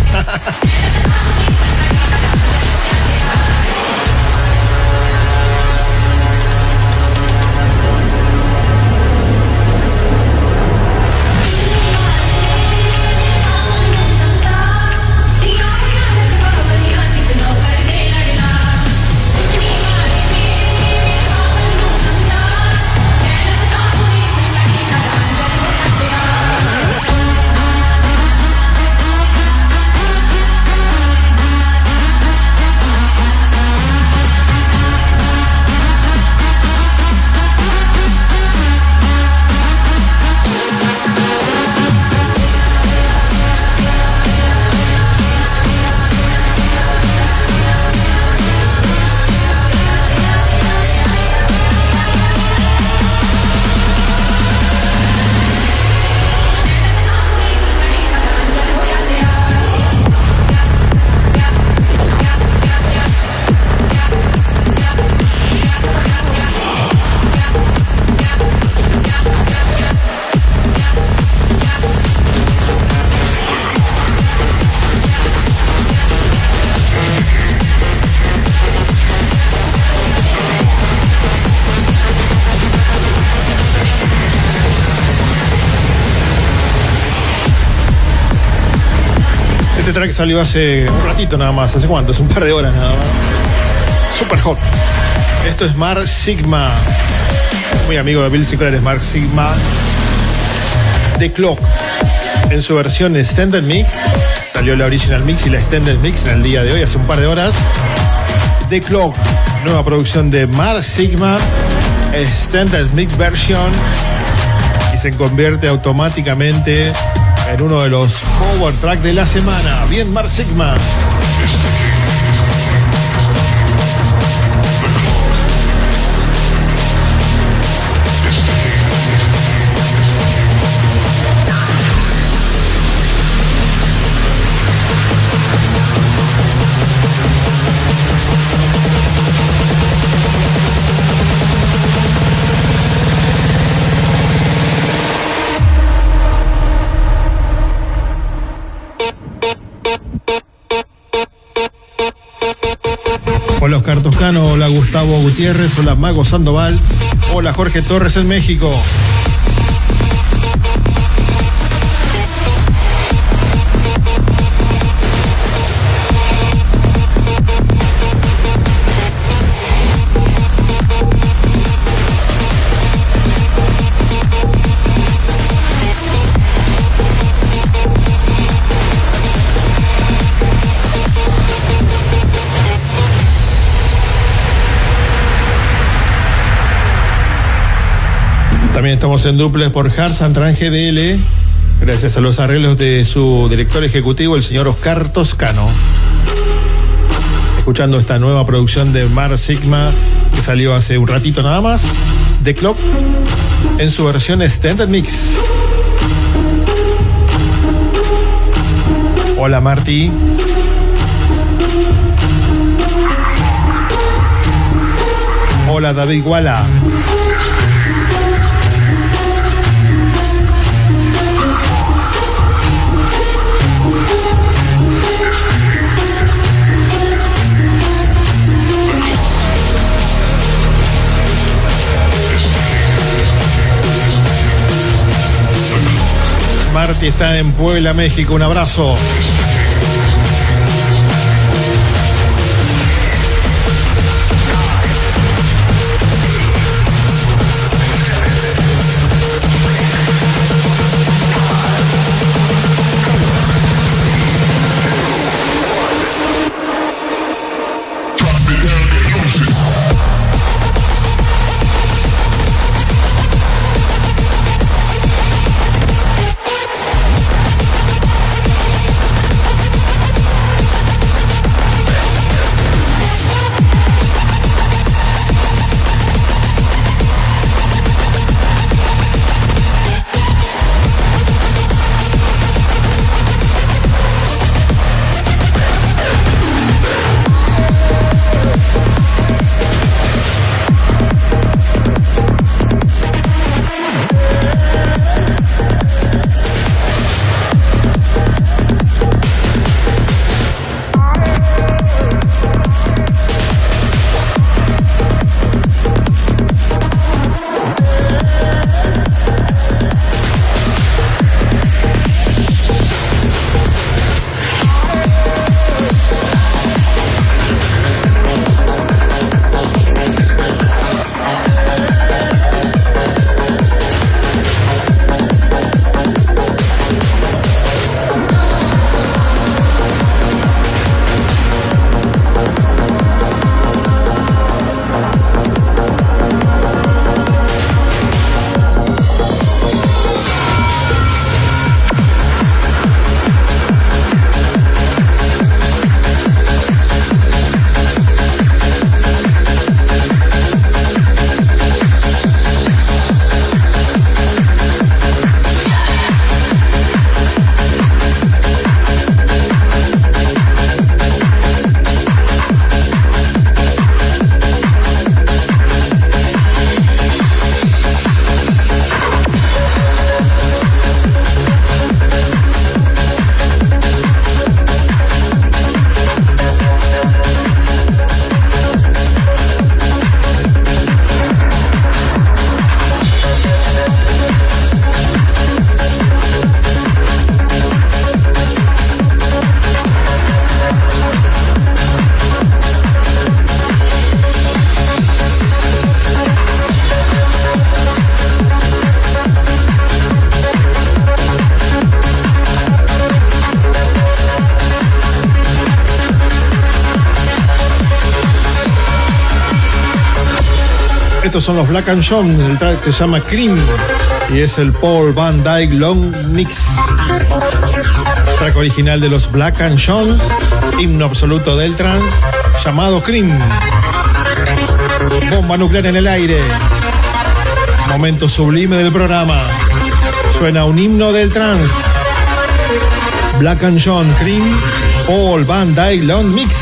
Este track salió hace un ratito nada más. ¿Hace cuánto? Hace un par de horas nada más. Super hot. Esto es Mark Sigma. Muy amigo de Bill Sinclair es Mark Sigma. The Clock. En su versión Extended Mix. Salió la Original Mix y la Extended Mix en el día de hoy, hace un par de horas. The Clock. Nueva producción de Mark Sigma. Extended Mix Version. Y se convierte automáticamente en uno de los Power Track de la semana. Bien, Mark Sigma. Hola Oscar Toscano, hola Gustavo Gutiérrez, hola Mago Sandoval, hola Jorge Torres en México. También estamos en duples por Harsantran G D L, gracias a los arreglos de su director ejecutivo, el señor Oscar Toscano. Escuchando esta nueva producción de Mark Sigma, que salió hace un ratito nada más, The Clock, en su versión Extended Mix. Hola Marty. Hola David Guala. Marty está en Puebla, México. Un abrazo. Estos son los Black and John, el track que se llama Cream y es el Paul Van Dyke Long Mix. Track original de los Black and John, himno absoluto del trance, llamado Cream. Bomba nuclear en el aire. Momento sublime del programa. Suena un himno del trance. Black and John, Cream, Paul Van Dyke Long Mix.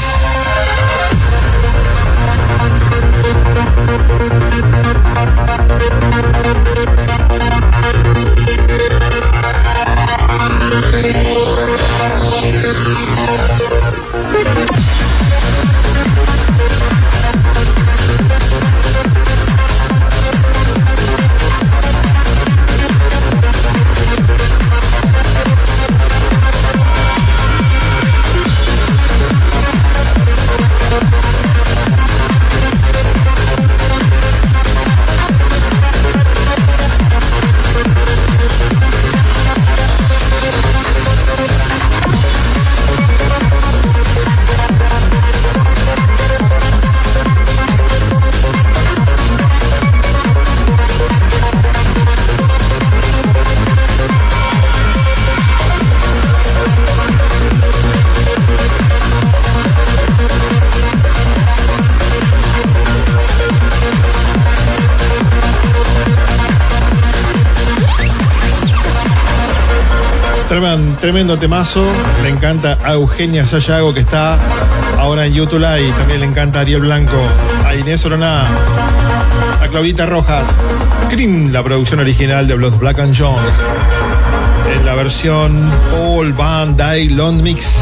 Tremendo temazo, le encanta a Eugenia Sayago, que está ahora en YouTube Live. También le encanta a Ariel Blanco, a Inés Oroná, a Claudita Rojas. Cream, la producción original de los Black and John, en la versión Paul Van Dyke Long Mix.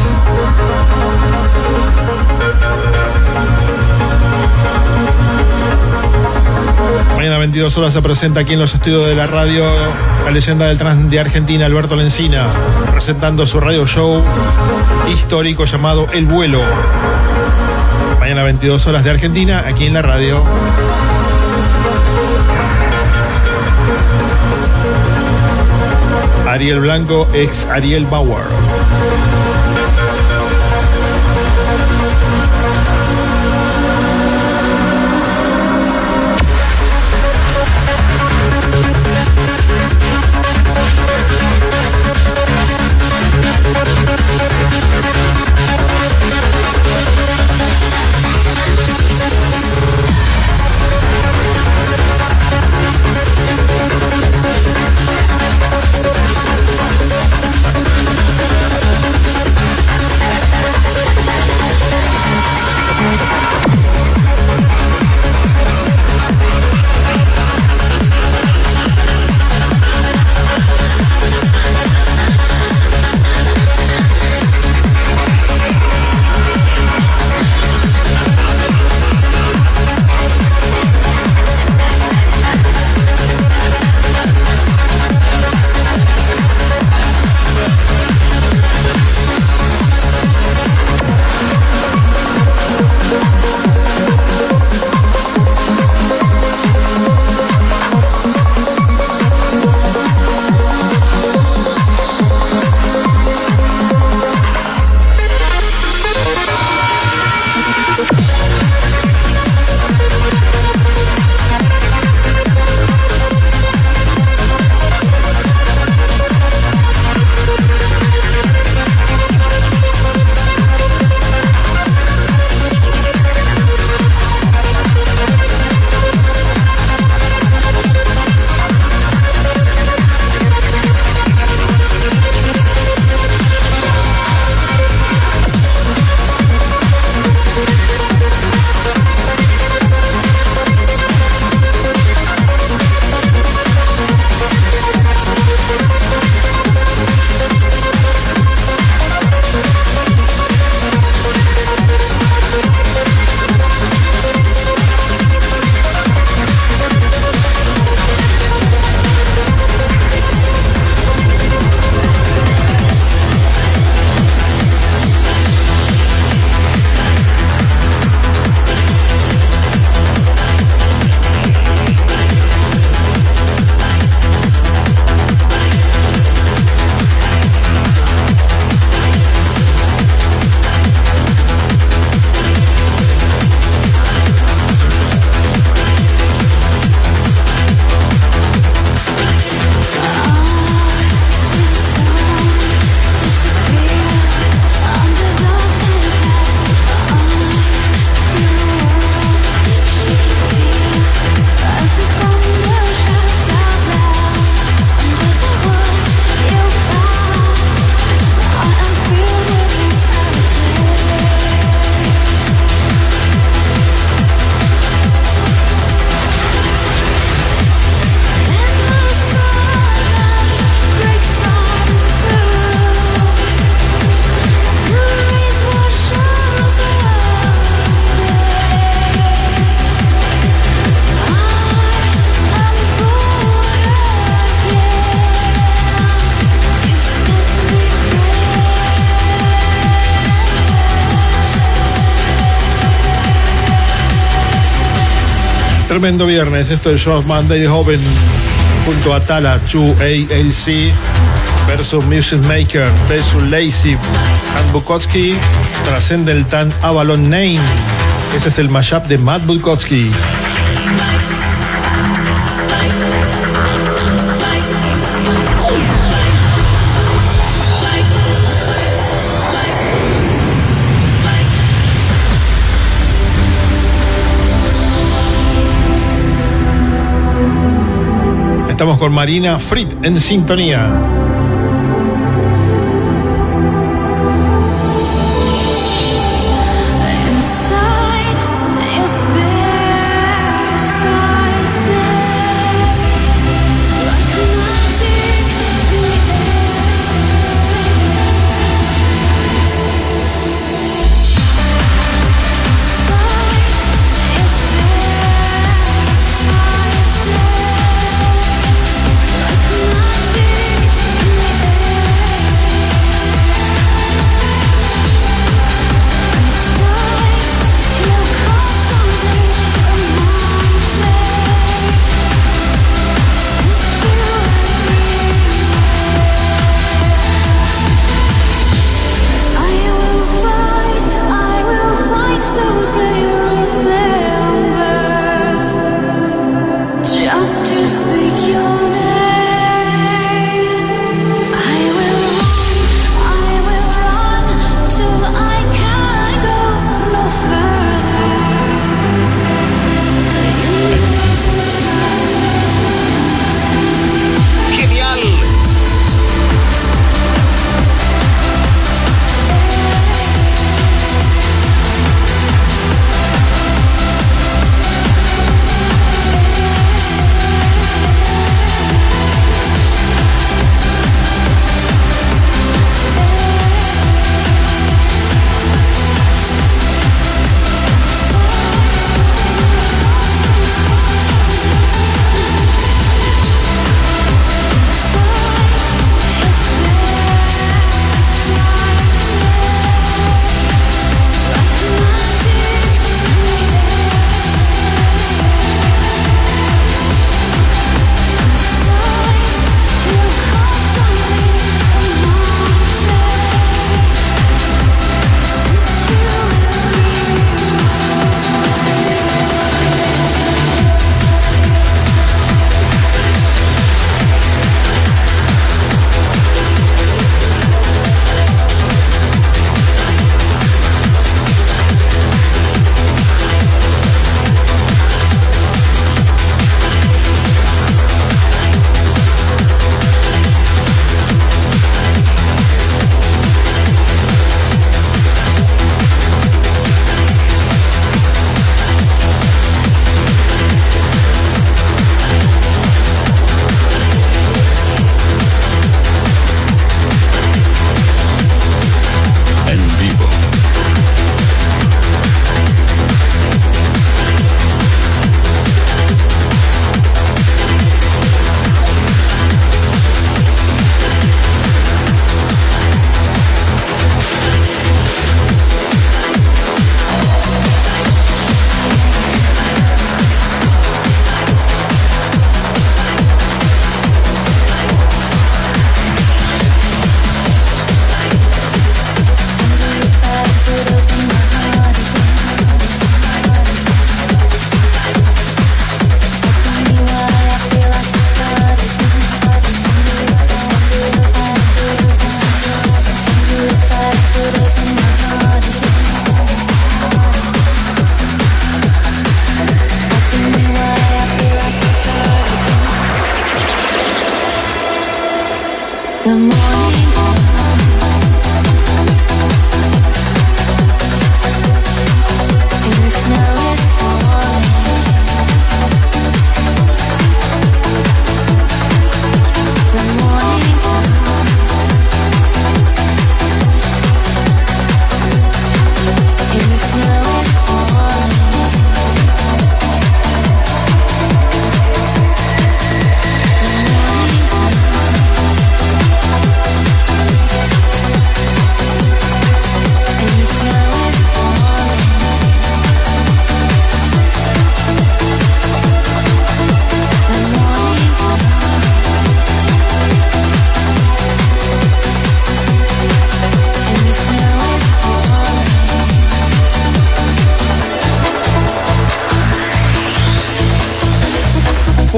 Mañana veintidós horas se presenta aquí en los estudios de la radio la leyenda del trance de Argentina, Alberto Lencina, presentando su radio show histórico llamado El Vuelo. Mañana veintidós horas de Argentina, aquí en la radio. Ariel Blanco, ex Ariel Bauer. Tremendo viernes, esto es Show Monday Joven junto a Tala, two A L C versus Music Maker versus Lazy and Bukowski, Transcendental Avalon Name. Este es el mashup de Matt Bukowski. Estamos con Marina Fried en sintonía. Like magic.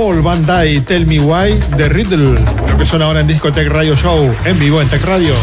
Paul Van Dyke, Tell Me Why, The Riddle, lo que suena ahora en Discotech Radio Show, en vivo en Tech Radio.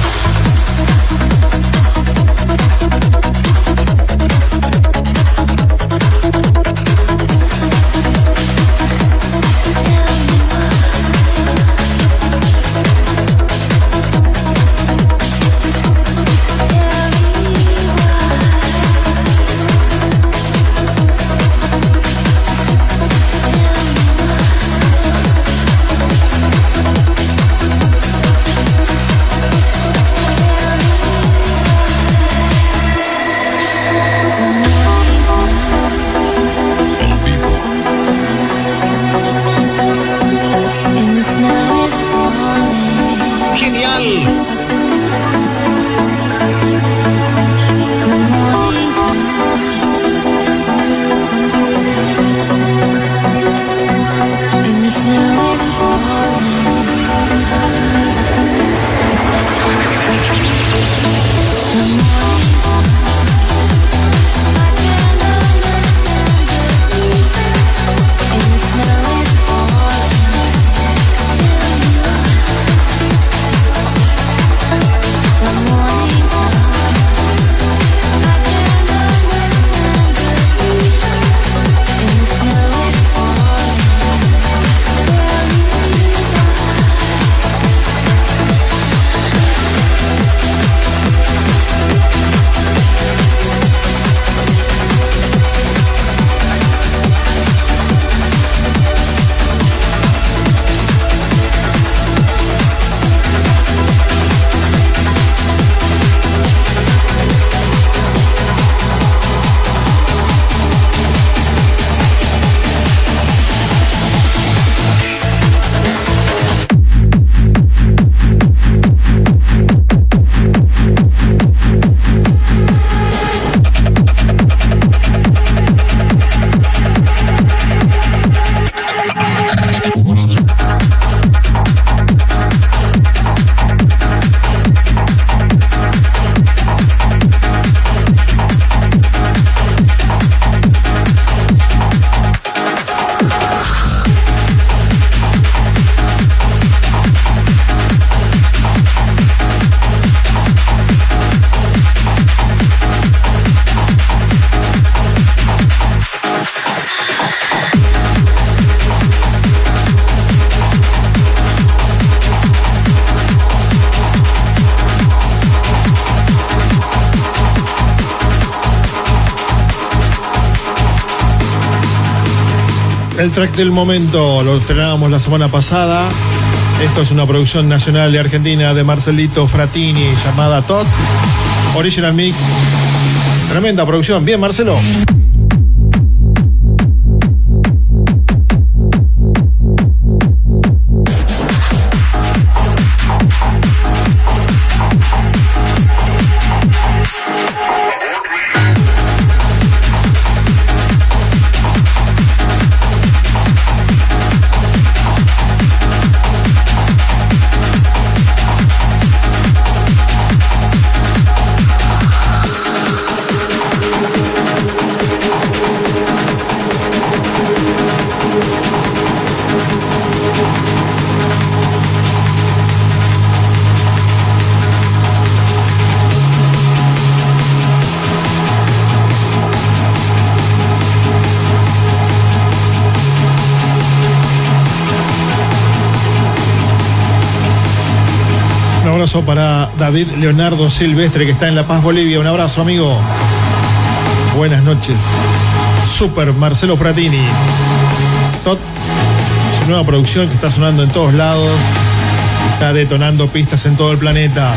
El track del momento lo estrenábamos la semana pasada. Esto es una producción nacional de Argentina de Marcelito Fratini llamada Tot Original Mix. Tremenda producción. Bien, Marcelo. Un abrazo para David Leonardo Silvestre, que está en La Paz, Bolivia. Un abrazo, amigo. Buenas noches. Super Marcelo Fratini. Tot, su nueva producción que está sonando en todos lados. Está detonando pistas en todo el planeta.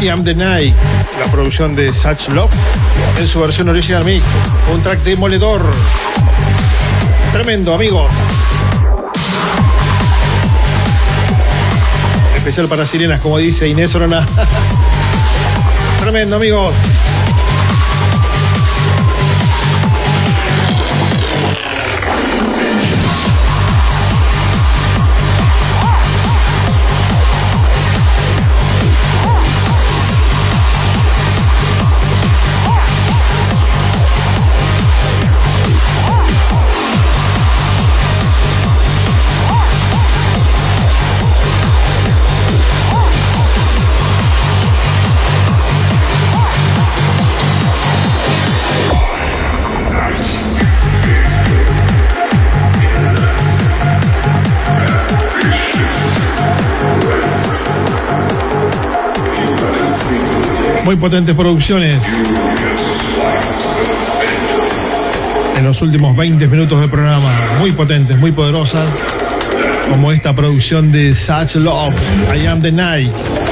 I Am The Night, la producción de Such Love, en su versión original mix. Un track demoledor. Tremendo, amigos. Especial para sirenas, como dice Inés Orona. Tremendo, amigos. Muy potentes producciones en los últimos veinte minutos del programa. Muy potentes, muy poderosas, como esta producción de Such Love, I Am The Night.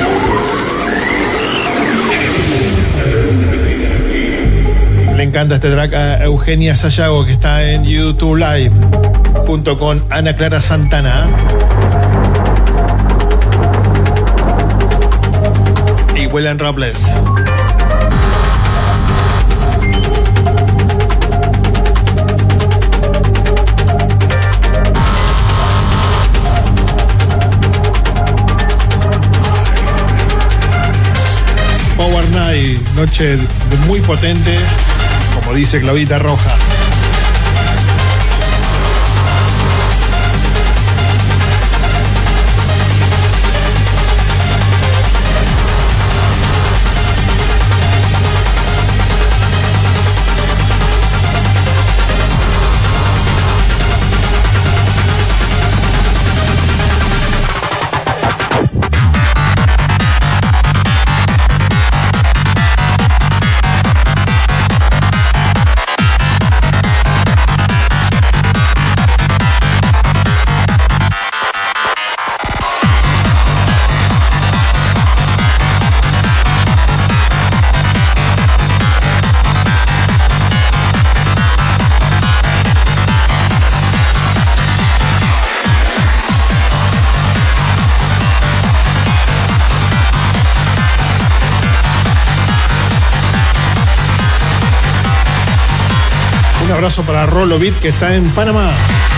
Le encanta este track a Eugenia Sayago, que está en YouTube Live junto con Ana Clara Santana y William Robles. Power Night, noche muy potente, como dice Claudita Roja. Un abrazo para Rolo Beat, que está en Panamá.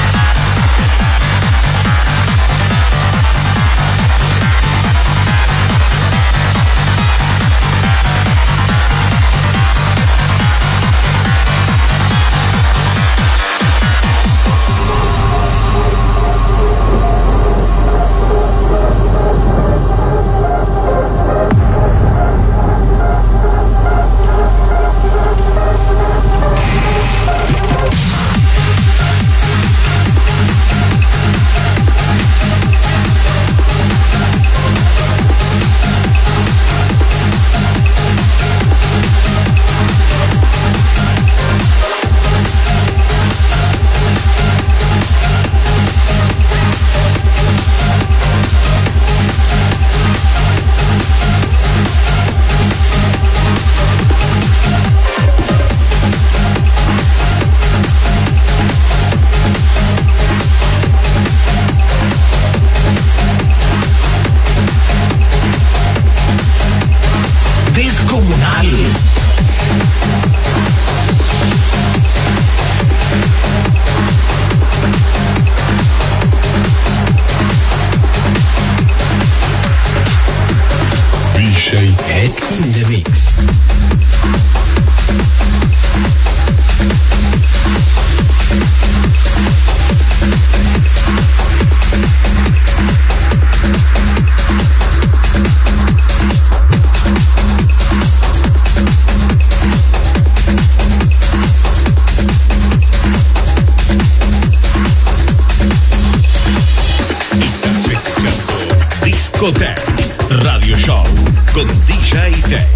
Discotech Radio Show con D J Tech.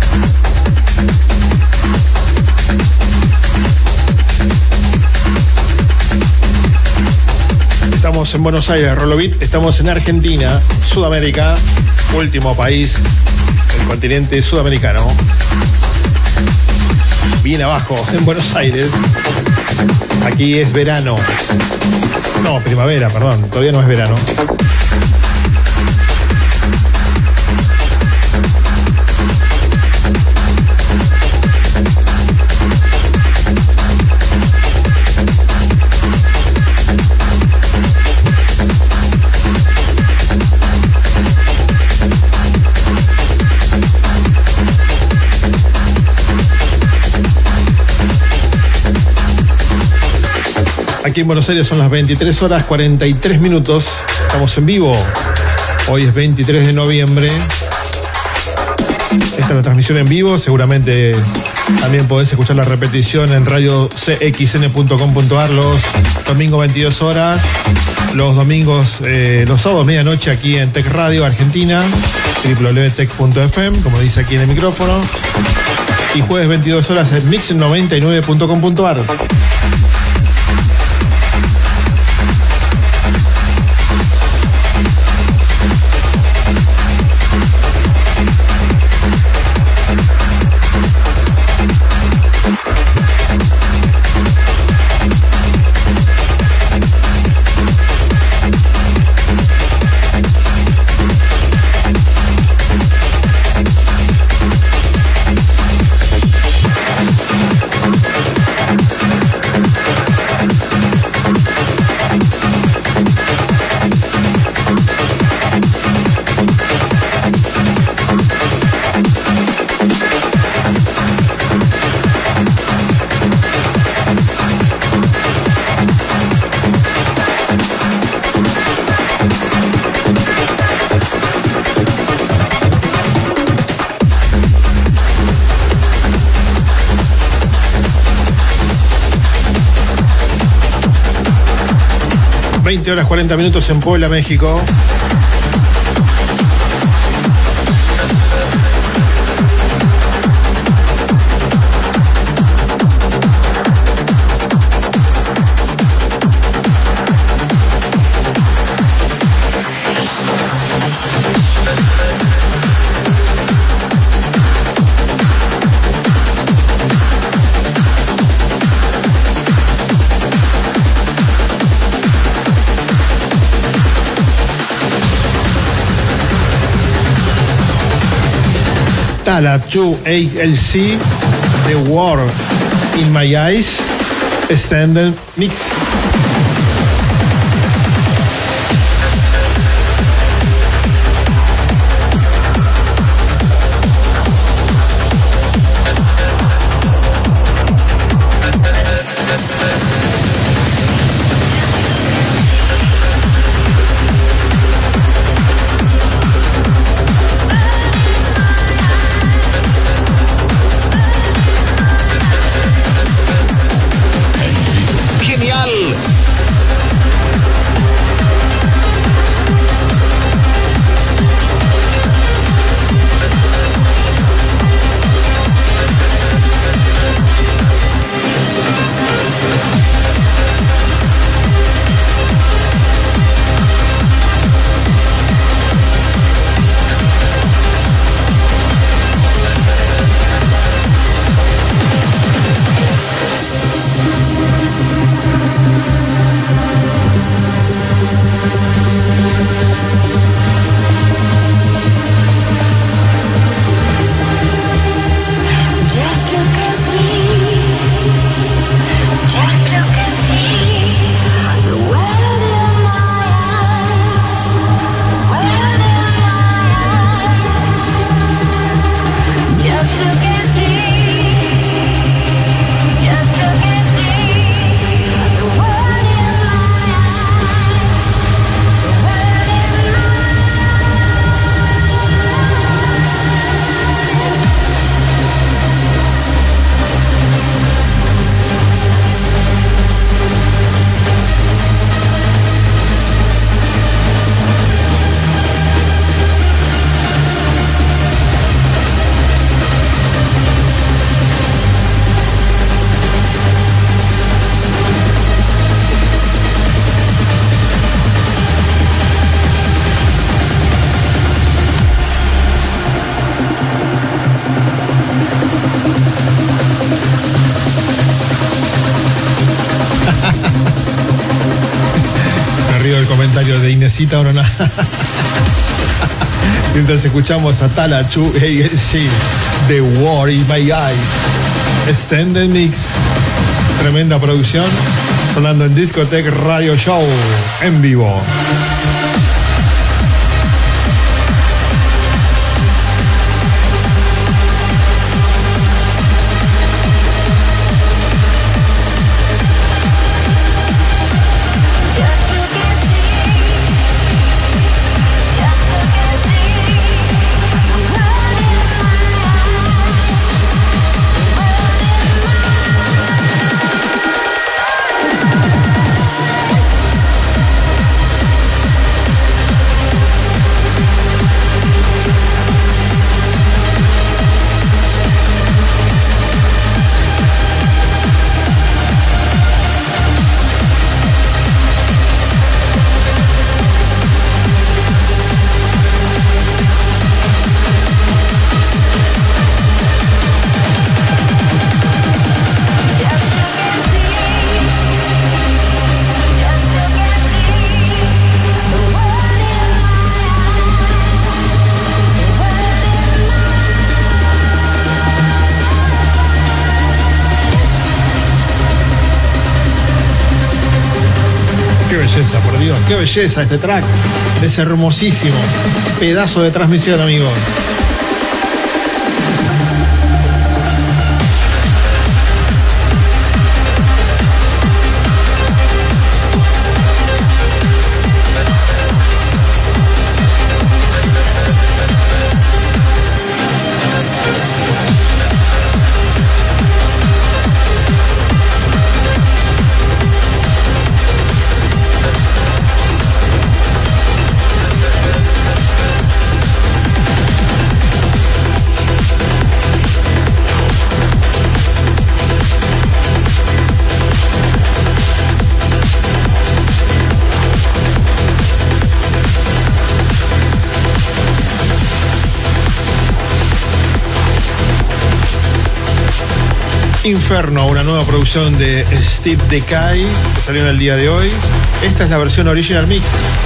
Estamos en Buenos Aires, Rolovit. Estamos en Argentina, Sudamérica, último país el continente sudamericano. Bien abajo, en Buenos Aires. Aquí es verano. No, primavera, perdón. Todavía no es verano. Aquí en Buenos Aires son las veintitrés horas cuarenta y tres minutos. Estamos en vivo. Hoy es veintitrés de noviembre. Esta es la transmisión en vivo. Seguramente también podés escuchar la repetición en radio c x n punto com punto a r los domingos veintidós horas. Los domingos, eh, los sábados medianoche aquí en Tech Radio Argentina, w w w punto tech punto f m, como dice aquí en el micrófono. Y jueves veintidós horas en mix noventa y nueve punto com punto a r. veinte horas cuarenta minutos en Puebla, México. La two A L C, The War in My Eyes, Extended Mix. comentario de Inesita Oroná. Mientras escuchamos a Tala Chu A L C, The War in My Eyes, Extended Mix, tremenda producción, sonando en Discotech Radio Show, en vivo. Por Dios, qué belleza este track. Es hermosísimo. Pedazo de transmisión, amigos. Inferno, una nueva producción de Steve Decay que salió en el día de hoy. Esta es la versión original mix.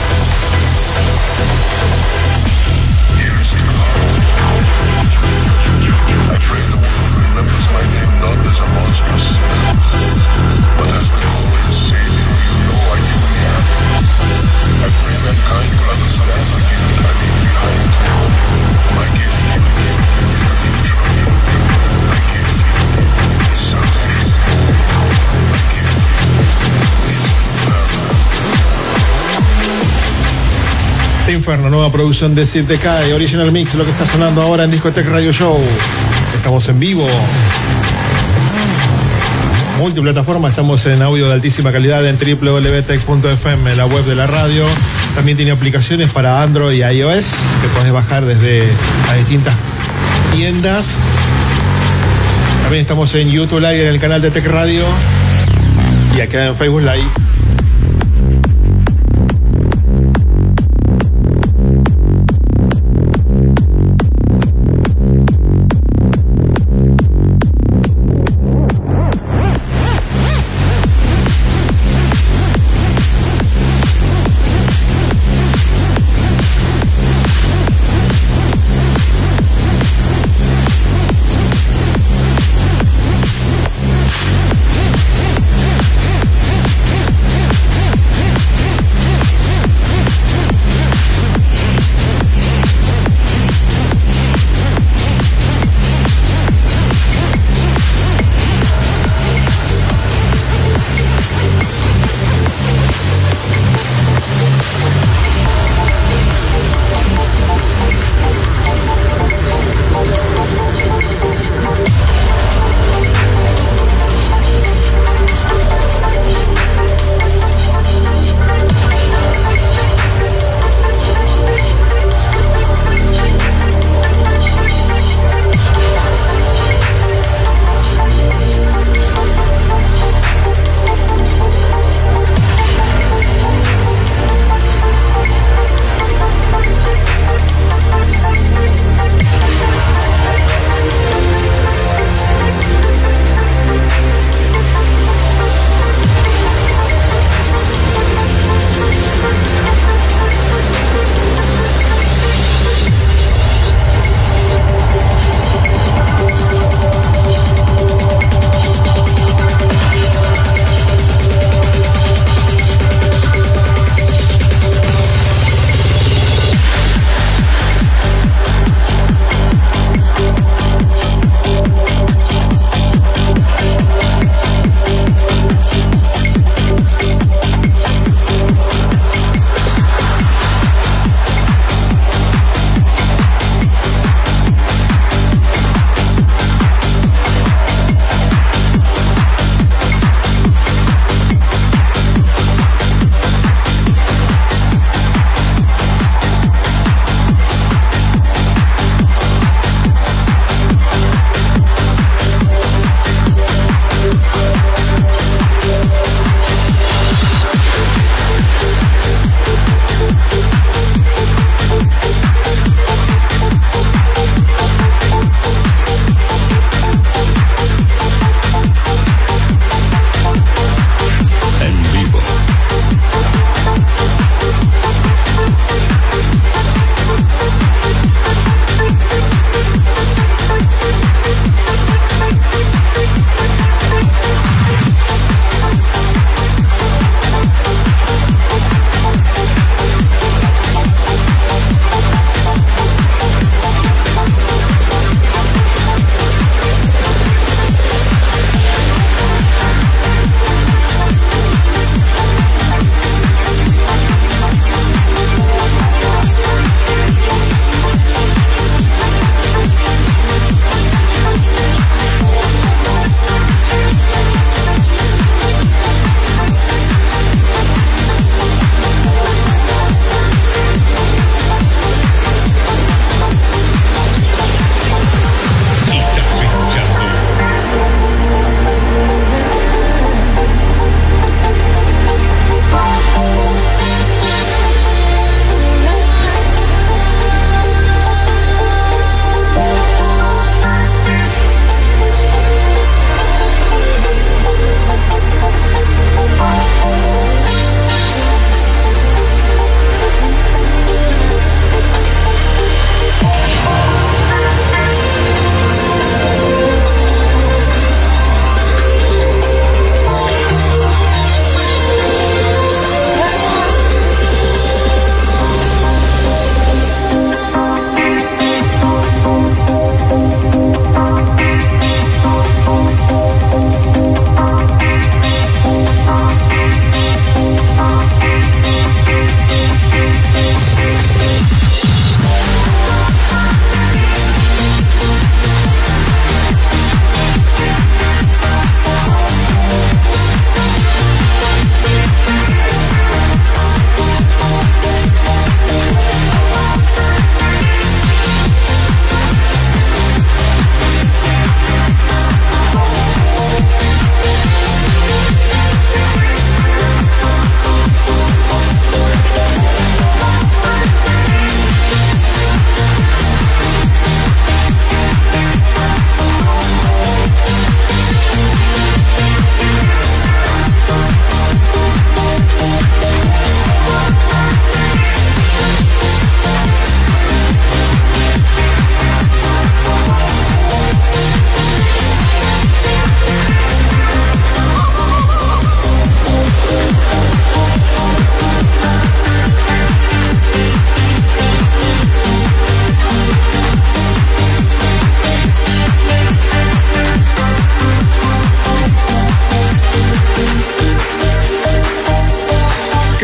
Inferno, nueva producción de Steve Decay, original mix, lo que está sonando ahora en Discotech Radio Show. Estamos en vivo, multiplataforma, estamos en audio de altísima calidad en doble u doble u doble u punto tech punto f m, la web de la radio. También tiene aplicaciones para Android y iOS que puedes bajar desde las distintas tiendas. También estamos en YouTube Live en el canal de Tech Radio y acá en Facebook Live.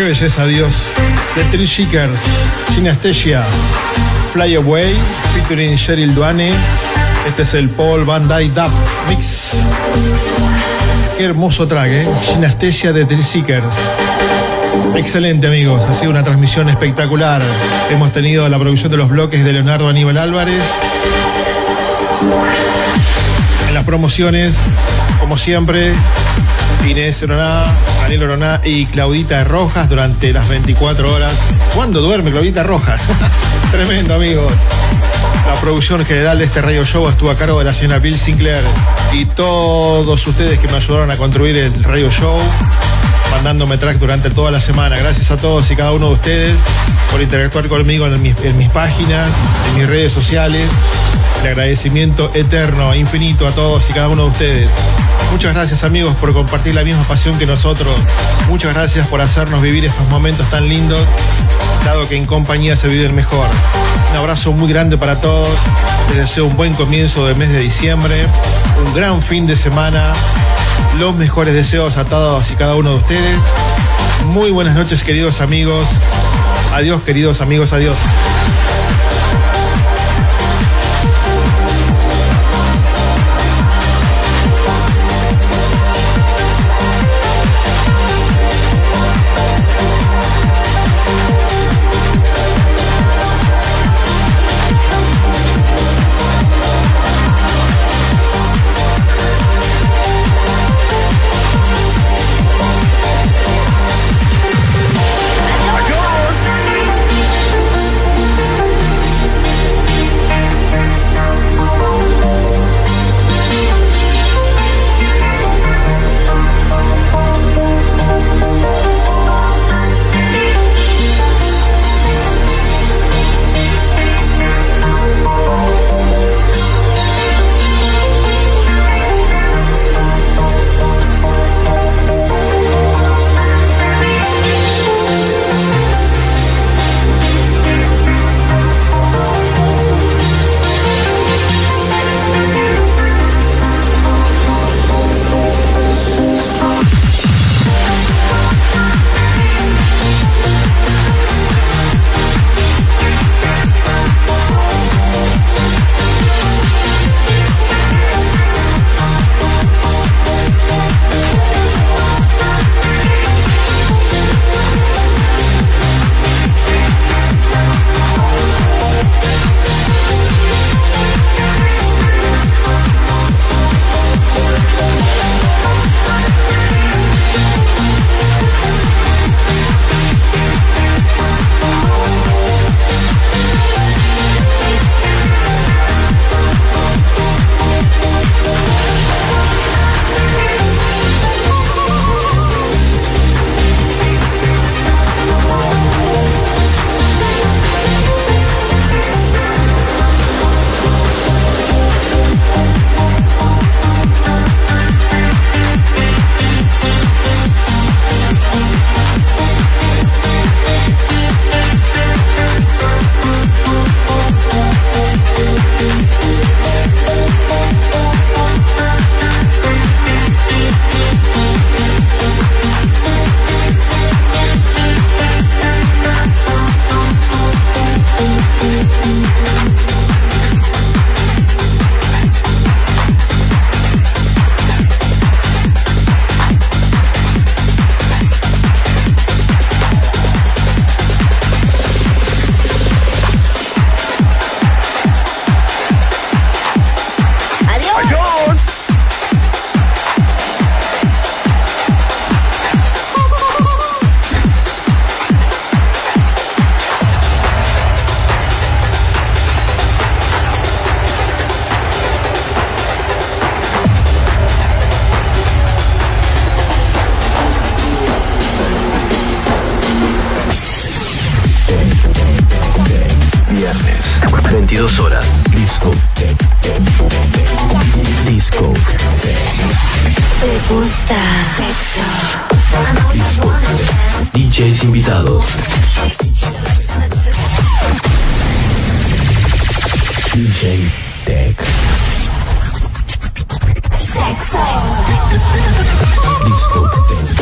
belleza, Dios. The Thrill Seekers, Synesthesia, Fly Away, featuring Cheryl Duane. Este es el Paul Van Dyke Dub Mix. Qué hermoso track, ¿eh? Synesthesia de The Thrill Seekers. Excelente, amigos. Ha sido una transmisión espectacular. Hemos tenido la producción de los bloques de Leonardo Aníbal Álvarez. En las promociones, como siempre, Inés Oroná, Daniel Oroná y Claudita Rojas durante las veinticuatro horas. ¿Cuándo duerme Claudita Rojas? Tremendo, amigos. La producción general de este radio show estuvo a cargo de la señora Bill Sinclair y todos ustedes que me ayudaron a construir el radio show, mandándome track durante toda la semana. Gracias a todos y cada uno de ustedes por interactuar conmigo en mis, en mis páginas, en mis redes sociales. El agradecimiento eterno, infinito a todos y cada uno de ustedes. Muchas gracias, amigos, por compartir la misma pasión que nosotros. Muchas gracias por hacernos vivir estos momentos tan lindos, dado que en compañía se viven mejor. Un abrazo muy grande para todos. Les deseo un buen comienzo del mes de diciembre, un gran fin de semana. Los mejores deseos a todos y cada uno de ustedes. Muy buenas noches, queridos amigos. Adiós, queridos amigos, adiós. veintidós horas. Disco. Disco. ¿Te gusta sexo? Disco. D Js invitados. D J Tech. Sexo. Disco.